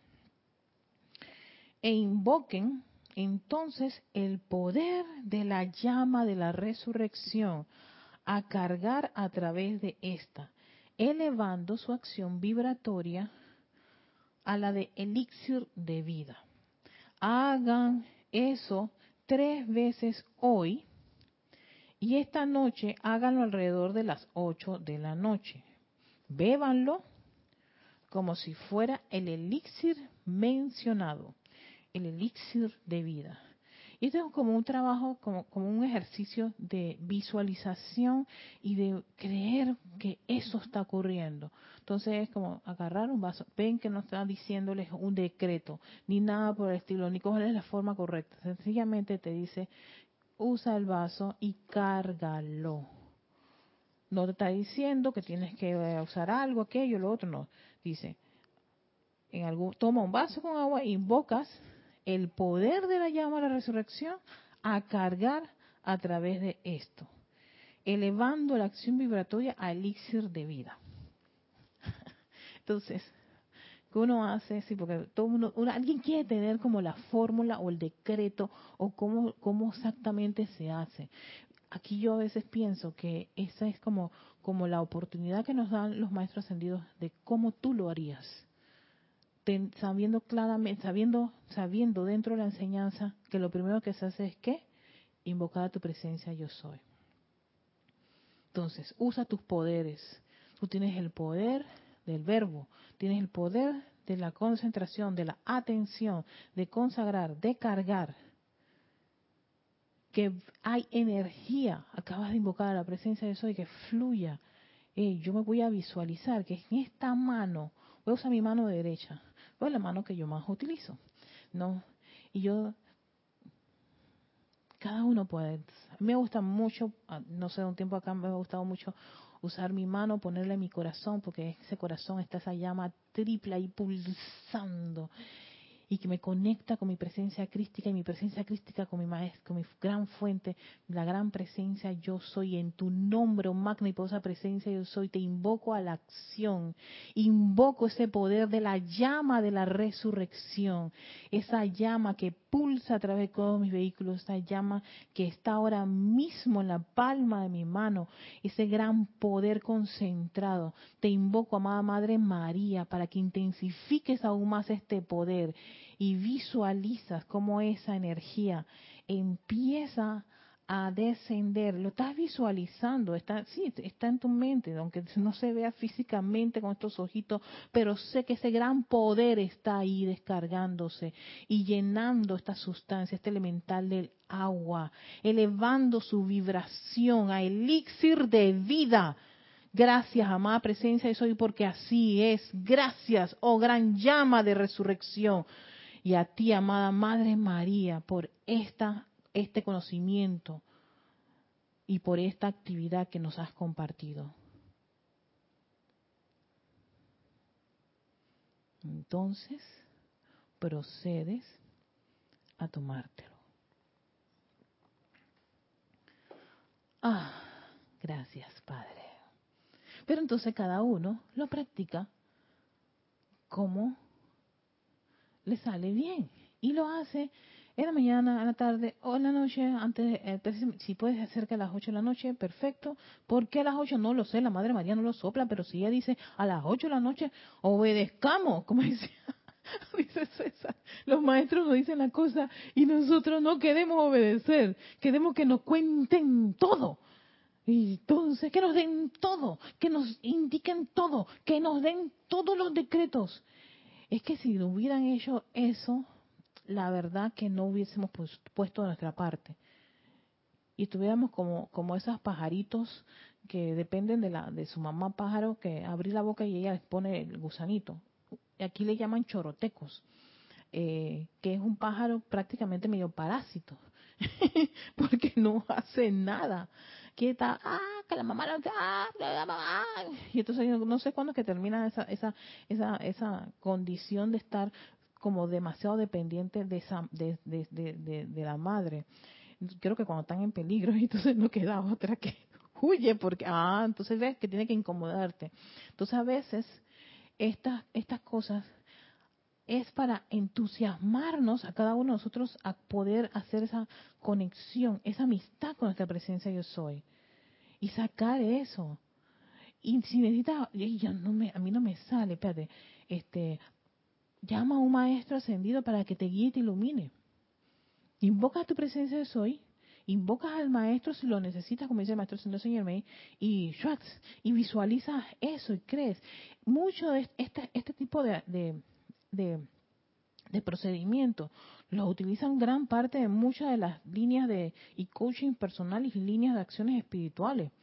e invoquen entonces el poder de la llama de la resurrección a cargar a través de esta, elevando su acción vibratoria a la de elixir de vida. Hagan eso tres veces hoy y esta noche háganlo alrededor de las ocho de la noche. Bébanlo como si fuera el elixir mencionado, el elixir de vida. Y esto es como un trabajo, como, como un ejercicio de visualización y de creer que eso está ocurriendo. Entonces es como agarrar un vaso. Ven que no está diciéndoles un decreto, ni nada por el estilo, ni cogerles la forma correcta. Sencillamente te dice, usa el vaso y cárgalo. No te está diciendo que tienes que usar algo, aquello, lo otro, no. Dice, en algún, toma un vaso con agua, invocas el poder de la llama de la resurrección a cargar a través de esto, elevando la acción vibratoria a elixir de vida. Entonces, ¿qué uno hace? Sí, porque todo uno, uno, alguien quiere tener como la fórmula o el decreto o cómo, cómo exactamente se hace. Aquí yo a veces pienso que esa es como, como la oportunidad que nos dan los maestros ascendidos de cómo tú lo harías. Ten, sabiendo claramente, sabiendo, sabiendo dentro de la enseñanza que lo primero que se hace es ¿qué? Invocar a tu presencia yo soy. Entonces, usa tus poderes. Tú tienes el poder del verbo, tienes el poder de la concentración, de la atención, de consagrar, de cargar. que hay energía. Acabas de invocar a la presencia de Soy, que fluya. Eh, yo me voy a visualizar que en esta mano, voy a usar mi mano derecha, pues la mano que yo más utilizo, ¿no? Y yo, cada uno puede. A mí me gusta mucho, no sé, un tiempo acá me ha gustado mucho usar mi mano, ponerle en mi corazón, porque ese corazón está esa llama triple ahí pulsando y que me conecta con mi presencia crística y mi presencia crística con mi maestro, con mi gran fuente, la gran presencia yo soy. En tu nombre, oh magna y poderosa presencia yo soy, te invoco a la acción, invoco ese poder de la llama de la resurrección, esa llama que pulsa a través de todos mis vehículos, esa llama que está ahora mismo en la palma de mi mano, ese gran poder concentrado. Te invoco, amada Madre María, para que intensifiques aún más este poder y visualizas cómo esa energía empieza a descender. Lo estás visualizando, está, sí, está en tu mente, aunque no se vea físicamente con estos ojitos, pero sé que ese gran poder está ahí descargándose y llenando esta sustancia, este elemental del agua, elevando su vibración a elixir de vida. Gracias, amada presencia de Soy, porque así es. Gracias, oh gran llama de resurrección. Y a ti, amada Madre María, por esta, este conocimiento y por esta actividad que nos has compartido. Entonces, procedes a tomártelo. Ah, gracias, Padre. Pero entonces cada uno lo practica como le sale bien y lo hace en la mañana, en la tarde o en la noche. Antes, eh, si puedes hacer que a las ocho de la noche, perfecto. ¿Por qué a las ocho? No lo sé, la Madre María no lo sopla, pero si ella dice a las ocho de la noche, obedezcamos, como dice, dice César. Los maestros nos dicen la cosa y nosotros no queremos obedecer, queremos que nos cuenten todo. Y entonces, que nos den todo, que nos indiquen todo, que nos den todos los decretos. Es que si hubieran hecho eso, la verdad que no hubiésemos puesto de nuestra parte. Y estuviéramos como, como esos pajaritos que dependen de la de su mamá pájaro, que abrir la boca y ella les pone el gusanito. Aquí le llaman chorotecos, eh, que es un pájaro prácticamente medio parásito, porque no hace nada. Que está, ah, que la mamá, ah, la mamá. Y entonces no sé cuándo es que termina esa, esa, esa, esa condición de estar como demasiado dependiente de esa, de, de, de, de, de la madre. Creo que cuando están en peligro, entonces no queda otra que huye, porque, ah, entonces ves que tiene que incomodarte. Entonces a veces estas, estas cosas es para entusiasmarnos a cada uno de nosotros a poder hacer esa conexión, esa amistad con nuestra presencia yo soy. Y sacar eso. Y si necesitas, ya no me, a mí no me sale, espérate, este, llama a un maestro ascendido para que te guíe y te ilumine. Invoca tu presencia de soy, invocas al maestro si lo necesitas, como dice el maestro Ascendido Señor May, y shucks, y visualizas eso y crees. Mucho de este, este tipo de, de, de, de procedimientos los utilizan gran parte de muchas de las líneas de y coaching personal y líneas de acciones espirituales.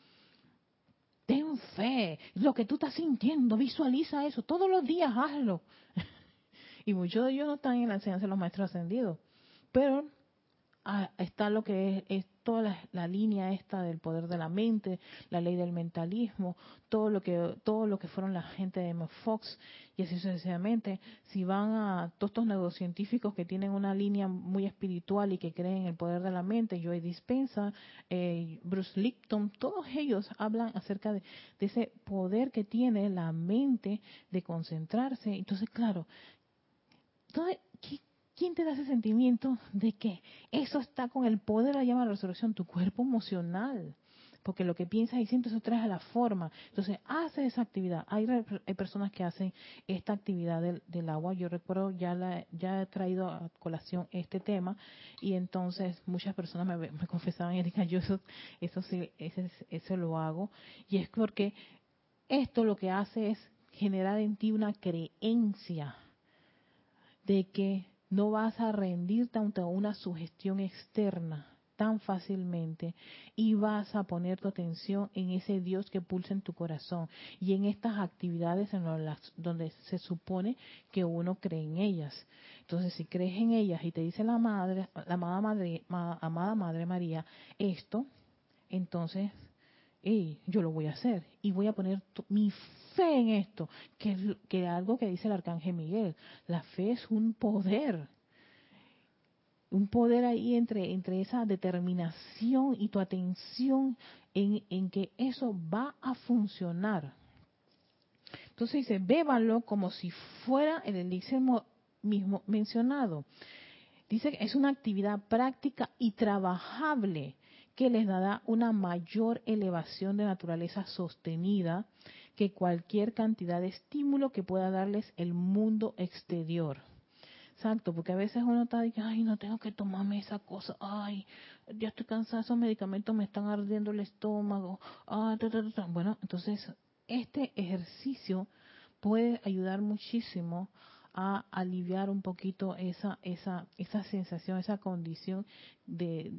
Ten fe, lo que tú estás sintiendo, visualiza eso, todos los días hazlo. Y muchos de ellos no están en la enseñanza de los maestros ascendidos, pero ah, está lo que es, es toda la, la línea esta del poder de la mente, la ley del mentalismo, todo lo que todo lo que fueron la gente de M. Fox y así sucesivamente. Si van a todos estos neurocientíficos que tienen una línea muy espiritual y que creen en el poder de la mente, Joe Dispenza, eh, Bruce Lipton, todos ellos hablan acerca de, de ese poder que tiene la mente de concentrarse. Entonces, claro, entonces, ¿qué, ¿quién te da ese sentimiento de que eso está con el poder de la llama de la resurrección? Tu cuerpo emocional. Porque lo que piensas y sientes eso trae a la forma. Entonces, hace esa actividad. Hay, hay personas que hacen esta actividad del, del agua. Yo recuerdo, ya la, ya he traído a colación este tema. Y entonces muchas personas me, me confesaban, Erika, yo eso, eso, sí, ese, eso lo hago. Y es porque esto lo que hace es generar en ti una creencia de que no vas a rendirte ante una sugestión externa, tan fácilmente y vas a poner tu atención en ese Dios que pulsa en tu corazón y en estas actividades en las, donde se supone que uno cree en ellas. Entonces, si crees en ellas y te dice la madre, la amada madre, ma, amada madre María, esto, entonces, hey, yo lo voy a hacer y voy a poner tu, mi fe en esto, que es que algo que dice el arcángel Miguel. La fe es un poder, un poder ahí entre, entre esa determinación y tu atención en, en que eso va a funcionar. Entonces dice, bébalo como si fuera el elixir mismo mencionado. Dice que es una actividad práctica y trabajable que les dará una mayor elevación de naturaleza sostenida que cualquier cantidad de estímulo que pueda darles el mundo exterior. Exacto, porque a veces uno está diciendo, ay, no tengo que tomarme esa cosa, ay, ya estoy cansada, esos medicamentos me están ardiendo el estómago. Ah, ta, ta, ta, ta. Bueno, entonces este ejercicio puede ayudar muchísimo a aliviar un poquito esa esa esa sensación, esa condición de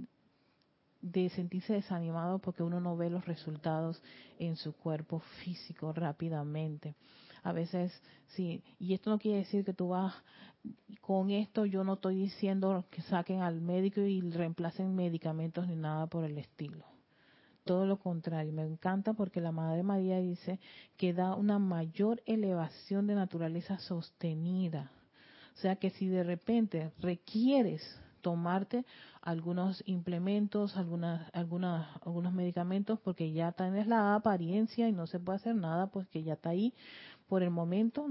de sentirse desanimado porque uno no ve los resultados en su cuerpo físico rápidamente. A veces, sí, y esto no quiere decir que tú vas, con esto yo no estoy diciendo que saquen al médico y reemplacen medicamentos ni nada por el estilo. Todo lo contrario, me encanta porque la Madre María dice que da una mayor elevación de naturaleza sostenida. O sea que si de repente requieres tomarte algunos implementos, algunas, algunas, algunos medicamentos, porque ya tienes la apariencia y no se puede hacer nada, pues que ya está ahí por el momento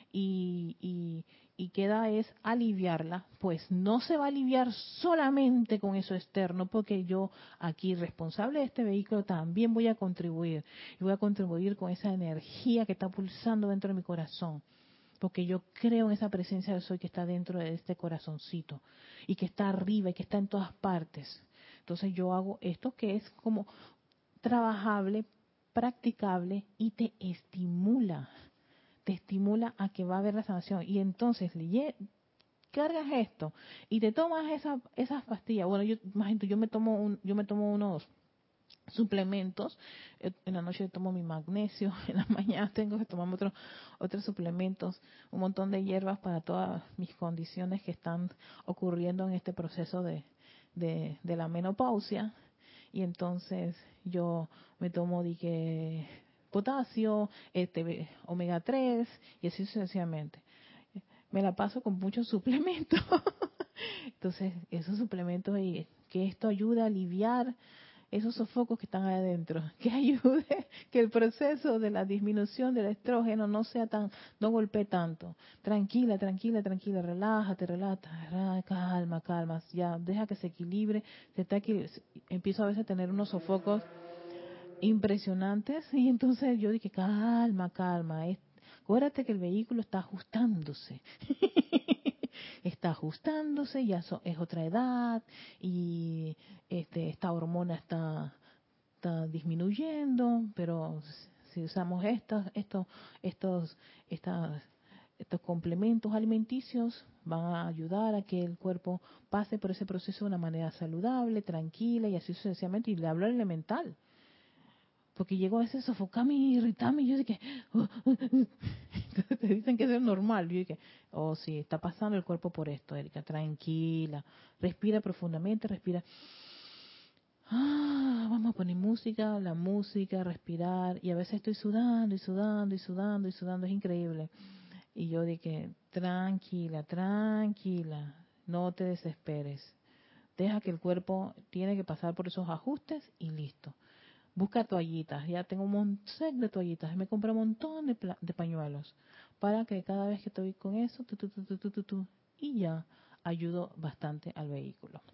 y, y, y queda es aliviarla, pues no se va a aliviar solamente con eso externo, porque yo aquí responsable de este vehículo también voy a contribuir y voy a contribuir con esa energía que está pulsando dentro de mi corazón, porque yo creo en esa presencia de soy que está dentro de este corazoncito y que está arriba y que está en todas partes. Entonces yo hago esto que es como trabajable, practicable y te estimula, te estimula a que va a haber la sanación. Y entonces le cargas esto y te tomas esa, esas pastillas. Bueno, yo imagínate, yo me tomo un, yo me tomo unos suplementos. En la noche tomo mi magnesio, en la mañana tengo que tomarme otros otros suplementos, un montón de hierbas para todas mis condiciones que están ocurriendo en este proceso de, de, de la menopausia. Y entonces yo me tomo dije, potasio, este omega tres y así sucesivamente. Me la paso con muchos suplementos. Entonces, esos suplementos y que esto ayuda a aliviar esos sofocos que están ahí adentro, que ayude que el proceso de la disminución del estrógeno no sea tan, no golpee tanto. Tranquila, tranquila, tranquila, relájate, relájate, calma, calma, ya deja que se equilibre, se está equil- empiezo a veces a tener unos sofocos impresionantes y entonces yo dije, calma, calma, es, acuérdate que el vehículo está ajustándose. Está ajustándose, ya so, es otra edad y este, esta hormona está, está disminuyendo, pero si usamos estos, estos, estos, estas, estos complementos alimenticios van a ayudar a que el cuerpo pase por ese proceso de una manera saludable, tranquila y así sucesivamente. Y le hablo al elemental, porque llegó a ese sofocarme y irritarme y yo dije, uh, uh, uh. Entonces te dicen que eso es normal. Yo dije, oh sí, está pasando el cuerpo por esto, Erika, tranquila, respira profundamente, respira. Ah, vamos a poner música, la música, respirar, y a veces estoy sudando y sudando y sudando y sudando, es increíble. Y yo dije, tranquila, tranquila, no te desesperes. Deja que el cuerpo tiene que pasar por esos ajustes y listo. Busca toallitas, ya tengo un montón de toallitas, me compré un montón de, de pañuelos para que cada vez que estoy con eso, tu, tu, tu, tu, tu, tu, y ya ayudo bastante al vehículo.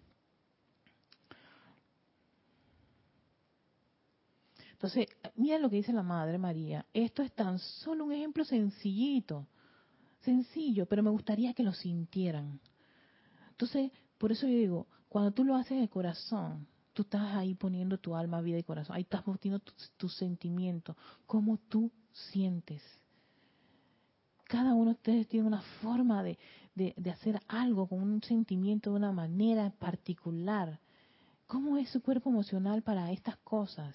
Entonces, mira lo que dice la Madre María, esto es tan solo un ejemplo sencillito, sencillo, pero me gustaría que lo sintieran. Entonces, por eso yo digo, cuando tú lo haces de corazón, tú estás ahí poniendo tu alma, vida y corazón. Ahí estás poniendo tus tu sentimientos, cómo tú sientes. Cada uno de ustedes tiene una forma de, de, de hacer algo con un sentimiento de una manera particular ¿Cómo es su cuerpo emocional para estas cosas?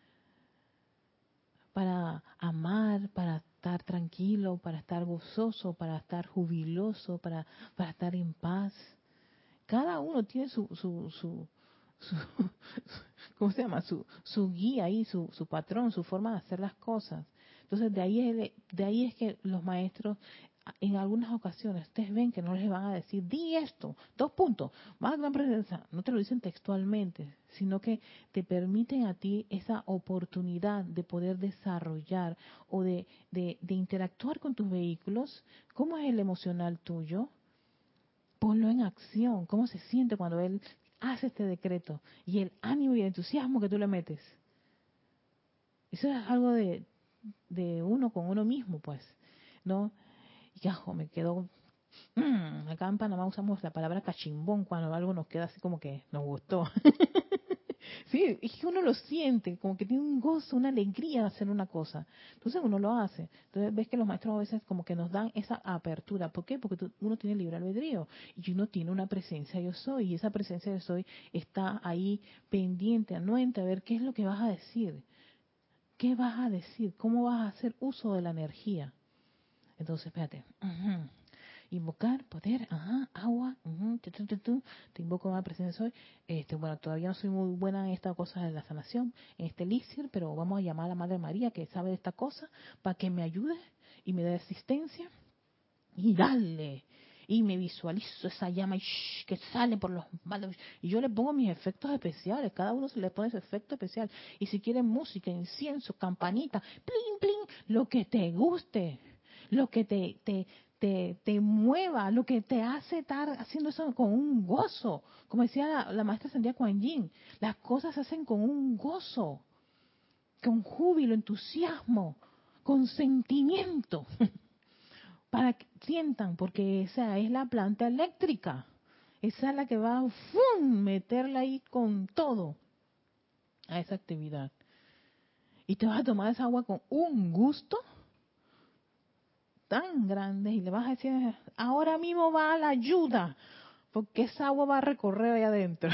Para amar, para estar tranquilo, para estar gozoso, para estar jubiloso, para, para estar en paz. Cada uno tiene su, su, su, su ¿cómo se llama? Su, su guía ahí, su, su patrón, su forma de hacer las cosas. Entonces de ahí es, de ahí es que los maestros en algunas ocasiones ustedes ven que no les van a decir di esto, dos puntos, más gran presencia, no te lo dicen textualmente, sino que te permiten a ti esa oportunidad de poder desarrollar o de, de, de interactuar con tus vehículos. ¿Cómo es el emocional tuyo? Ponlo en acción. ¿Cómo se siente cuando él hace este decreto? Y el ánimo y el entusiasmo que tú le metes. Eso es algo de, de uno con uno mismo, pues, ¿no? Y ajo, me quedó... Mmm, acá en Panamá usamos la palabra cachimbón cuando algo nos queda así como que nos gustó. Sí, es que uno lo siente, como que tiene un gozo, una alegría de hacer una cosa. Entonces uno lo hace. Entonces ves que los maestros a veces como que nos dan esa apertura. ¿Por qué? Porque tú- uno tiene libre albedrío y uno tiene una presencia yo soy. Y esa presencia yo soy está ahí pendiente, anuente, a ver qué es lo que vas a decir. ¿Qué vas a decir? ¿Cómo vas a hacer uso de la energía? Entonces, espérate. Ujú. Invocar, poder, ajá, agua, ujú, tu, tu, tu, tu. Te invoco a la presencia soy. Este, bueno, todavía no soy muy buena en esta cosa de la sanación, en este elixir, pero vamos a llamar a la Madre María que sabe de esta cosa para que me ayude y me dé asistencia y dale. Y me visualizo esa llama y shh, que sale por los malos. Y yo le pongo mis efectos especiales. Cada uno se le pone su efecto especial. Y si quieren música, incienso, campanita, plin, plin, lo que te guste. Lo que te, te, te, te mueva. Lo que te hace estar haciendo eso con un gozo. Como decía la, la maestra Sandía Kuan Yin. Las cosas se hacen con un gozo. Con júbilo, entusiasmo. Con sentimiento. Para que sientan, porque esa es la planta eléctrica. Esa es la que va a ¡fum! Meterla ahí con todo a esa actividad. Y te vas a tomar esa agua con un gusto tan grande y le vas a decir, ahora mismo va a la ayuda, porque esa agua va a recorrer allá adentro.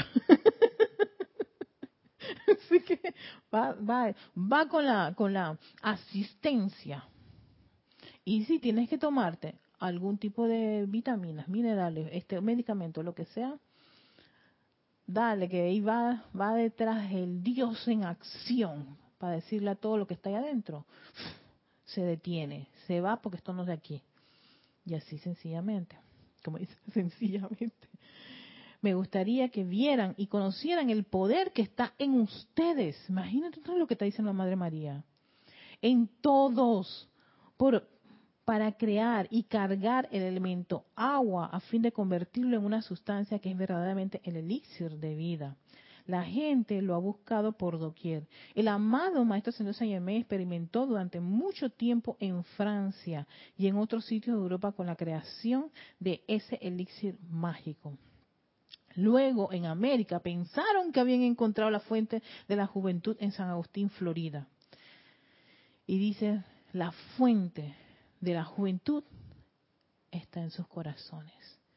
Así que va, va, va con la, con la asistencia. Y si tienes que tomarte algún tipo de vitaminas, minerales, este medicamento, lo que sea, dale, que ahí va, va detrás el Dios en acción para decirle a todo lo que está ahí adentro. Se detiene, se va porque esto no es de aquí. Y así sencillamente, como dice, sencillamente. Me gustaría que vieran y conocieran el poder que está en ustedes. Imagínate todo lo que está diciendo la Madre María. En todos. Por, para crear y cargar el elemento agua a fin de convertirlo en una sustancia que es verdaderamente el elixir de vida. La gente lo ha buscado por doquier. El amado Maestro Señor Saint Germain experimentó durante mucho tiempo en Francia y en otros sitios de Europa con la creación de ese elixir mágico. Luego, en América, pensaron que habían encontrado la fuente de la juventud en San Agustín, Florida. Y dice, la fuente de la juventud está en sus corazones.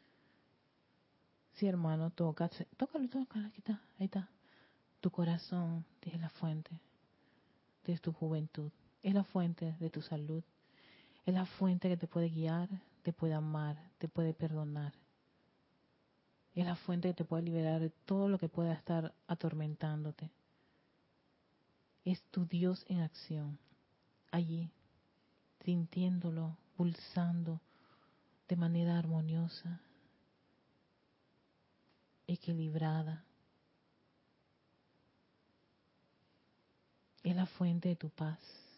Sí, hermano, toca, tócalo, tócalo, aquí está, ahí está. Tu corazón es la fuente de tu juventud, es la fuente de tu salud, es la fuente que te puede guiar, te puede amar, te puede perdonar. Es la fuente que te puede liberar de todo lo que pueda estar atormentándote. Es tu Dios en acción, allí, sintiéndolo, pulsando de manera armoniosa, equilibrada. Es la fuente de tu paz,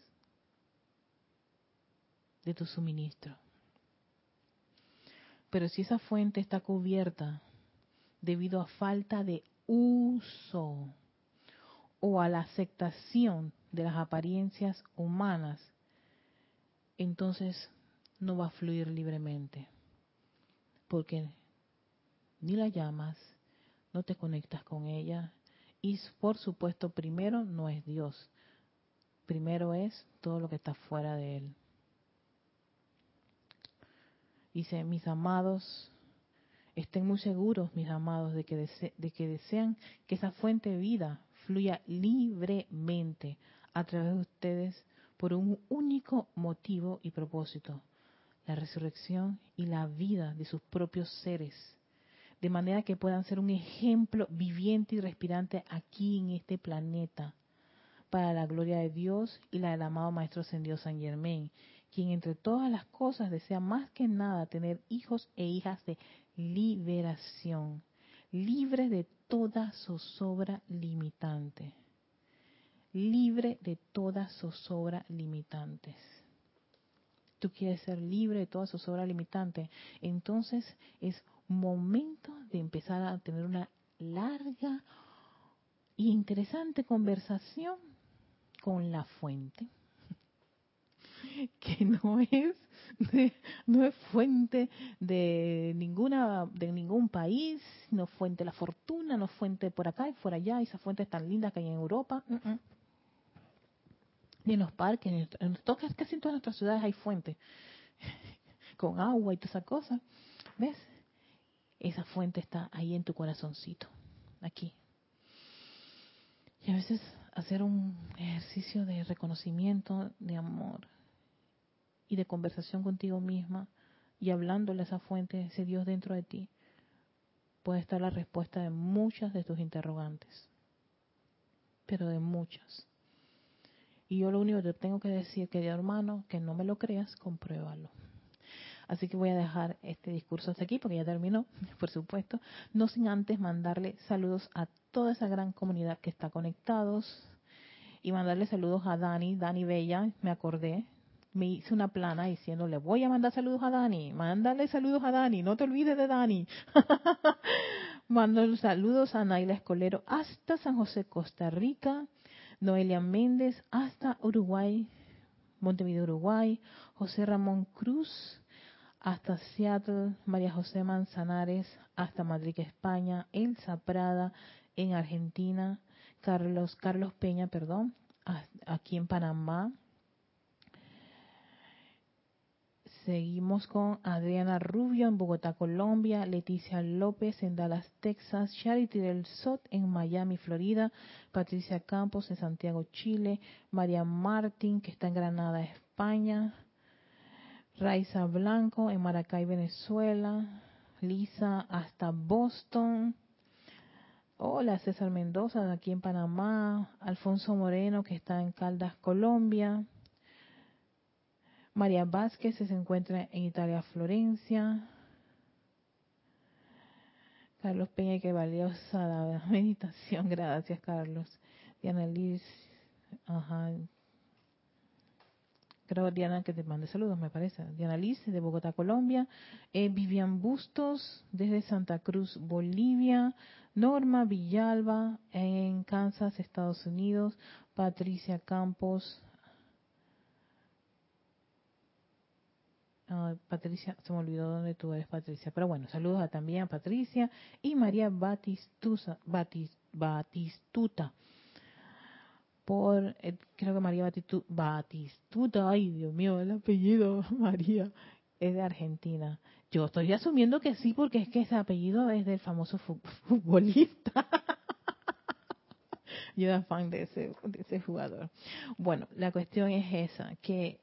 de tu suministro. Pero si esa fuente está cubierta debido a falta de uso o a la aceptación de las apariencias humanas, entonces no va a fluir libremente, porque ni la llamas, no te conectas con ella y por supuesto primero no es Dios, primero es todo lo que está fuera de él. Dice, mis amados, Estén muy seguros, mis amados, de que, dese de que desean que esa fuente de vida fluya libremente a través de ustedes por un único motivo y propósito: la resurrección y la vida de sus propios seres, de manera que puedan ser un ejemplo viviente y respirante aquí en este planeta, para la gloria de Dios y la del amado Maestro Ascendido San Germain, quien entre todas las cosas desea más que nada tener hijos e hijas de liberación, libres de toda zozobra limitante, libre de toda zozobra limitantes. Tú quieres ser libre de toda zozobra limitante, entonces es momento de empezar a tener una larga y interesante conversación con la fuente, que no es de, no es fuente de ninguna de ningún país, no es fuente de la fortuna, no es fuente por acá y por allá, esas fuentes tan lindas que hay en Europa, uh -uh. Ni en los parques, en, en todas, casi en todas nuestras ciudades hay fuentes con agua y todas esas cosas. ¿Ves? Esa fuente está ahí en tu corazoncito, aquí. Y a veces hacer un ejercicio de reconocimiento, de amor y de conversación contigo misma y hablándole a esa fuente, ese Dios dentro de ti, puede estar la respuesta de muchas de tus interrogantes, pero de muchas. Y yo lo único que te tengo que decir, querido hermano, que no me lo creas, compruébalo. Así que voy a dejar este discurso hasta aquí porque ya terminó, por supuesto, no sin antes mandarle saludos a toda esa gran comunidad que está conectados y mandarle saludos a Dani, Dani Bella, me acordé, me hice una plana diciéndole, voy a mandar saludos a Dani, mándale saludos a Dani, no te olvides de Dani. Mando saludos a Naila Escolero hasta San José, Costa Rica, Noelia Méndez hasta Uruguay, Montevideo, Uruguay, José Ramón Cruz hasta Seattle, María José Manzanares hasta Madrid, España, Elsa Prada en Argentina, Carlos Carlos Peña, perdón, aquí en Panamá. Seguimos con Adriana Rubio en Bogotá, Colombia, Leticia López en Dallas, Texas, Charity del Sot en Miami, Florida, Patricia Campos en Santiago, Chile, María Martín que está en Granada, España, Raiza Blanco en Maracay, Venezuela, Lisa hasta Boston, hola César Mendoza aquí en Panamá, Alfonso Moreno que está en Caldas, Colombia, María Vázquez se encuentra en Italia, Florencia, Carlos Peña, que valiosa la meditación, gracias Carlos, Diana Liz, ajá, creo Diana que te mande saludos, me parece. Diana Liz de Bogotá, Colombia. Eh, Vivian Bustos desde Santa Cruz, Bolivia. Norma Villalba en Kansas, Estados Unidos. Patricia Campos. Uh, Patricia, se me olvidó dónde tú eres, Patricia. Pero bueno, saludos a, también a Patricia. Y María Batistusa, Batis, Batistuta. Por, eh, creo que María Batistu, Batistuta, ay Dios mío, el apellido María es de Argentina. Yo estoy asumiendo que sí, porque es que ese apellido es del famoso futbolista. Yo era fan de ese, de ese jugador. Bueno, la cuestión es esa, que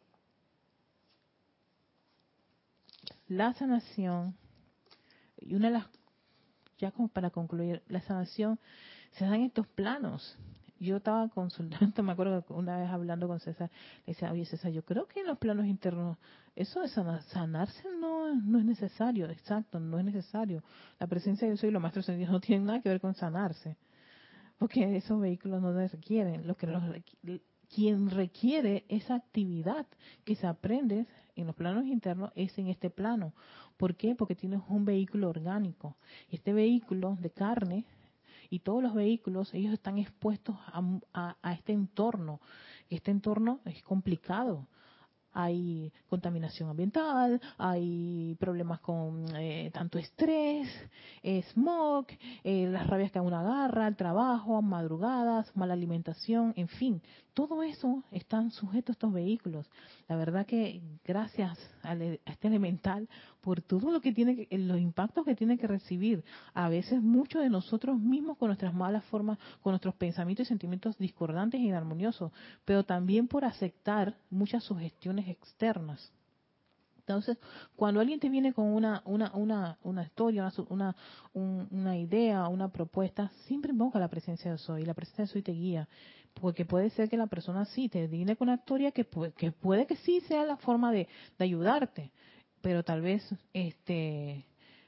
la sanación, y una de las, ya como para concluir, la sanación se da en estos planos. Yo estaba consultando, me acuerdo que una vez hablando con César, le decía, oye César, yo creo que en los planos internos, eso de sanar, sanarse no, no es necesario, exacto, no es necesario. La presencia de Dios y los maestros ascendidos no tienen nada que ver con sanarse, porque esos vehículos no requieren, lo que los, quien requiere esa actividad que se aprende en los planos internos es en este plano. ¿Por qué? Porque tienes un vehículo orgánico, y este vehículo de carne, y todos los vehículos, ellos están expuestos a, a, a este entorno. Y este entorno es complicado. hay contaminación ambiental, hay problemas con eh, tanto estrés, eh, smog, eh, las rabias que a uno agarra, el trabajo, madrugadas, mala alimentación, en fin, todo eso están sujetos a estos vehículos. La verdad que gracias al- a este elemental por todo lo que tiene, que, los impactos que tiene que recibir. A veces muchos de nosotros mismos con nuestras malas formas, con nuestros pensamientos y sentimientos discordantes e inarmoniosos, pero también por aceptar muchas sugestiones externas. Entonces, cuando alguien te viene con una una una una historia, una su- una, un- una idea, una propuesta, siempre invoca la presencia de Soy. La presencia de Soy te guía, porque puede ser que la persona sí te viene con una historia que puede, que puede que sí sea la forma de, de ayudarte, pero tal vez este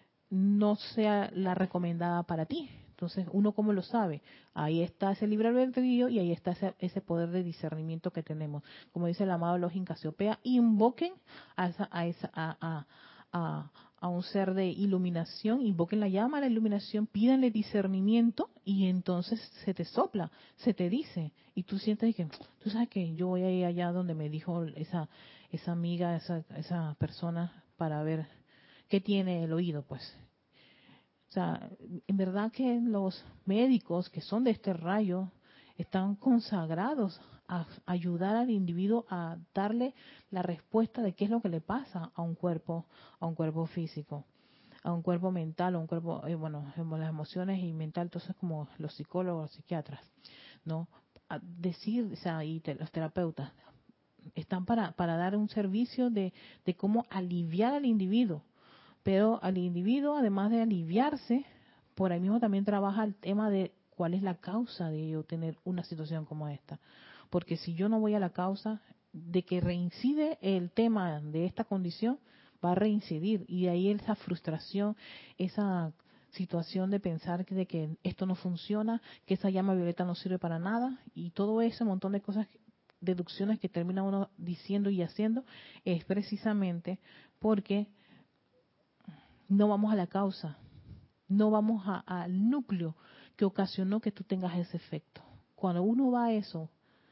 no sea la recomendada para ti. Entonces, ¿uno cómo lo sabe? Ahí está ese libre albedrío y ahí está ese, ese poder de discernimiento que tenemos. Como dice el amado Login Casiopea, invoquen a, esa, a, esa, a, a, a, a un ser de iluminación, invoquen la llama a la iluminación, pídanle discernimiento y entonces se te sopla, se te dice. Y tú sientes que, tú sabes que yo voy a ir allá donde me dijo esa, esa amiga, esa, esa persona, para ver qué tiene el oído, pues. O sea, en verdad que los médicos que son de este rayo están consagrados a ayudar al individuo a darle la respuesta de qué es lo que le pasa a un cuerpo, a un cuerpo físico, a un cuerpo mental, a un cuerpo, eh, bueno, las emociones y mental, entonces como los psicólogos, los psiquiatras, ¿no? A decir, o sea, y te- los terapeutas están para, para dar un servicio de, de cómo aliviar al individuo, pero al individuo, además de aliviarse, por ahí mismo también trabaja el tema de cuál es la causa de yo tener una situación como esta. Porque si yo no voy a la causa de que reincide el tema de esta condición, va a reincidir. Y de ahí esa frustración, esa situación de pensar que, de que esto no funciona, que esa llama violeta no sirve para nada, y todo ese montón de cosas, deducciones que termina uno diciendo y haciendo, es precisamente porque no vamos a la causa, no vamos a- al núcleo que ocasionó que tú tengas ese efecto. Cuando uno va a eso,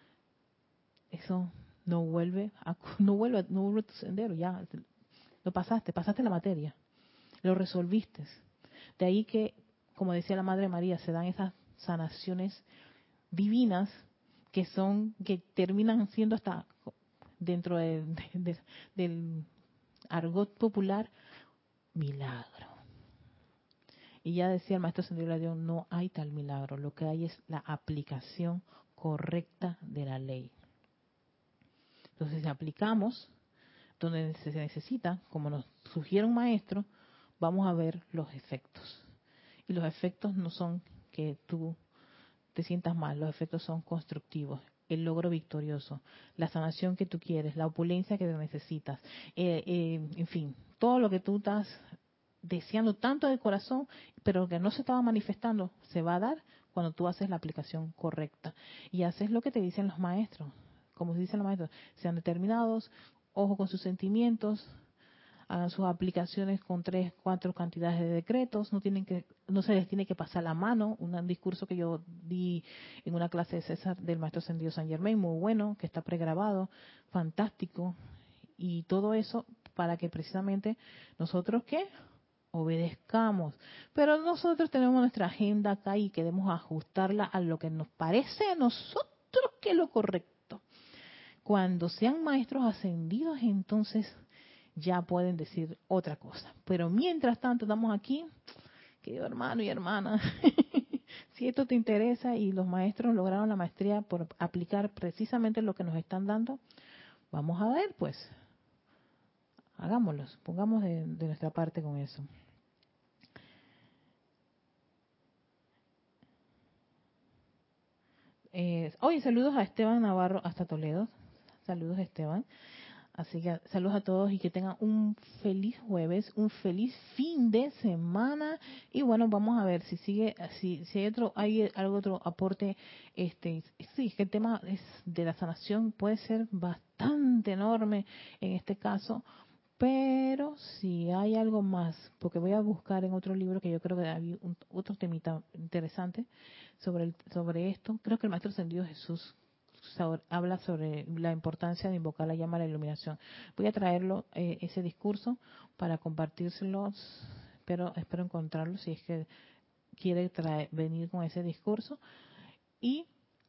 eso no vuelve a, no vuelve, no vuelve a tu sendero, ya lo pasaste, pasaste la materia, lo resolviste. De ahí que, como decía la Madre María, se dan esas sanaciones divinas que son, que terminan siendo hasta dentro de- de- de- del argot popular, milagro. Y ya decía el maestro Ascendido Dios, no hay tal milagro, lo que hay es la aplicación correcta de la ley. Entonces, si aplicamos donde se necesita, como nos sugiere un maestro, vamos a ver los efectos. Y los efectos no son que tú te sientas mal, los efectos son constructivos. El logro victorioso, la sanación que tú quieres, la opulencia que necesitas, eh, eh, en fin, todo lo que tú estás deseando tanto de corazón, pero que no se estaba manifestando, se va a dar cuando tú haces la aplicación correcta. Y haces lo que te dicen los maestros. Como dicen los maestros, sean determinados, ojo con sus sentimientos, hagan sus aplicaciones con tres, cuatro cantidades de decretos, no tienen que, no se les tiene que pasar la mano. Un discurso que yo di en una clase de César del maestro Ascendido San Germain, muy bueno, que está pregrabado, fantástico, y todo eso para que precisamente nosotros, ¿qué? Obedezcamos. Pero nosotros tenemos nuestra agenda acá y queremos ajustarla a lo que nos parece a nosotros que es lo correcto. Cuando sean maestros ascendidos, entonces ya pueden decir otra cosa. Pero mientras tanto estamos aquí, querido hermano y hermana, si esto te interesa y los maestros lograron la maestría por aplicar precisamente lo que nos están dando, vamos a ver, pues, hagámoslos, pongamos de, de nuestra parte con eso. Eh, oye, saludos a Esteban Navarro hasta Toledo. Saludos, Esteban. Así que saludos a todos y que tengan un feliz jueves, un feliz fin de semana. Y bueno, vamos a ver si sigue, si, si hay otro, hay algo otro aporte. Este, sí, es que el tema es de la sanación puede ser bastante enorme en este caso, pero si hay algo más, porque voy a buscar en otro libro que yo creo que había un, otro temita interesante sobre el, sobre esto. Creo que el Maestro Ascendido Jesús sobre, habla sobre la importancia de invocar la llama de la iluminación. Voy a traerlo, eh, ese discurso, para compartírselos, pero espero encontrarlo si es que quiere traer, venir con ese discurso. Y,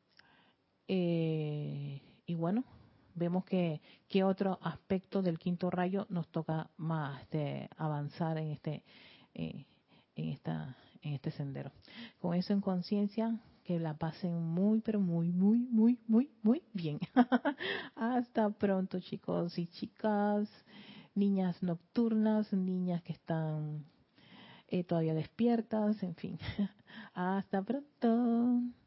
eh, y bueno, vemos que, que otro aspecto del quinto rayo nos toca más de avanzar en este, eh, en esta, en este sendero. Con eso en conciencia, que la pasen muy, pero muy, muy, muy, muy, muy bien. Hasta pronto, chicos y chicas, niñas nocturnas, niñas que están eh, todavía despiertas, en fin. Hasta pronto.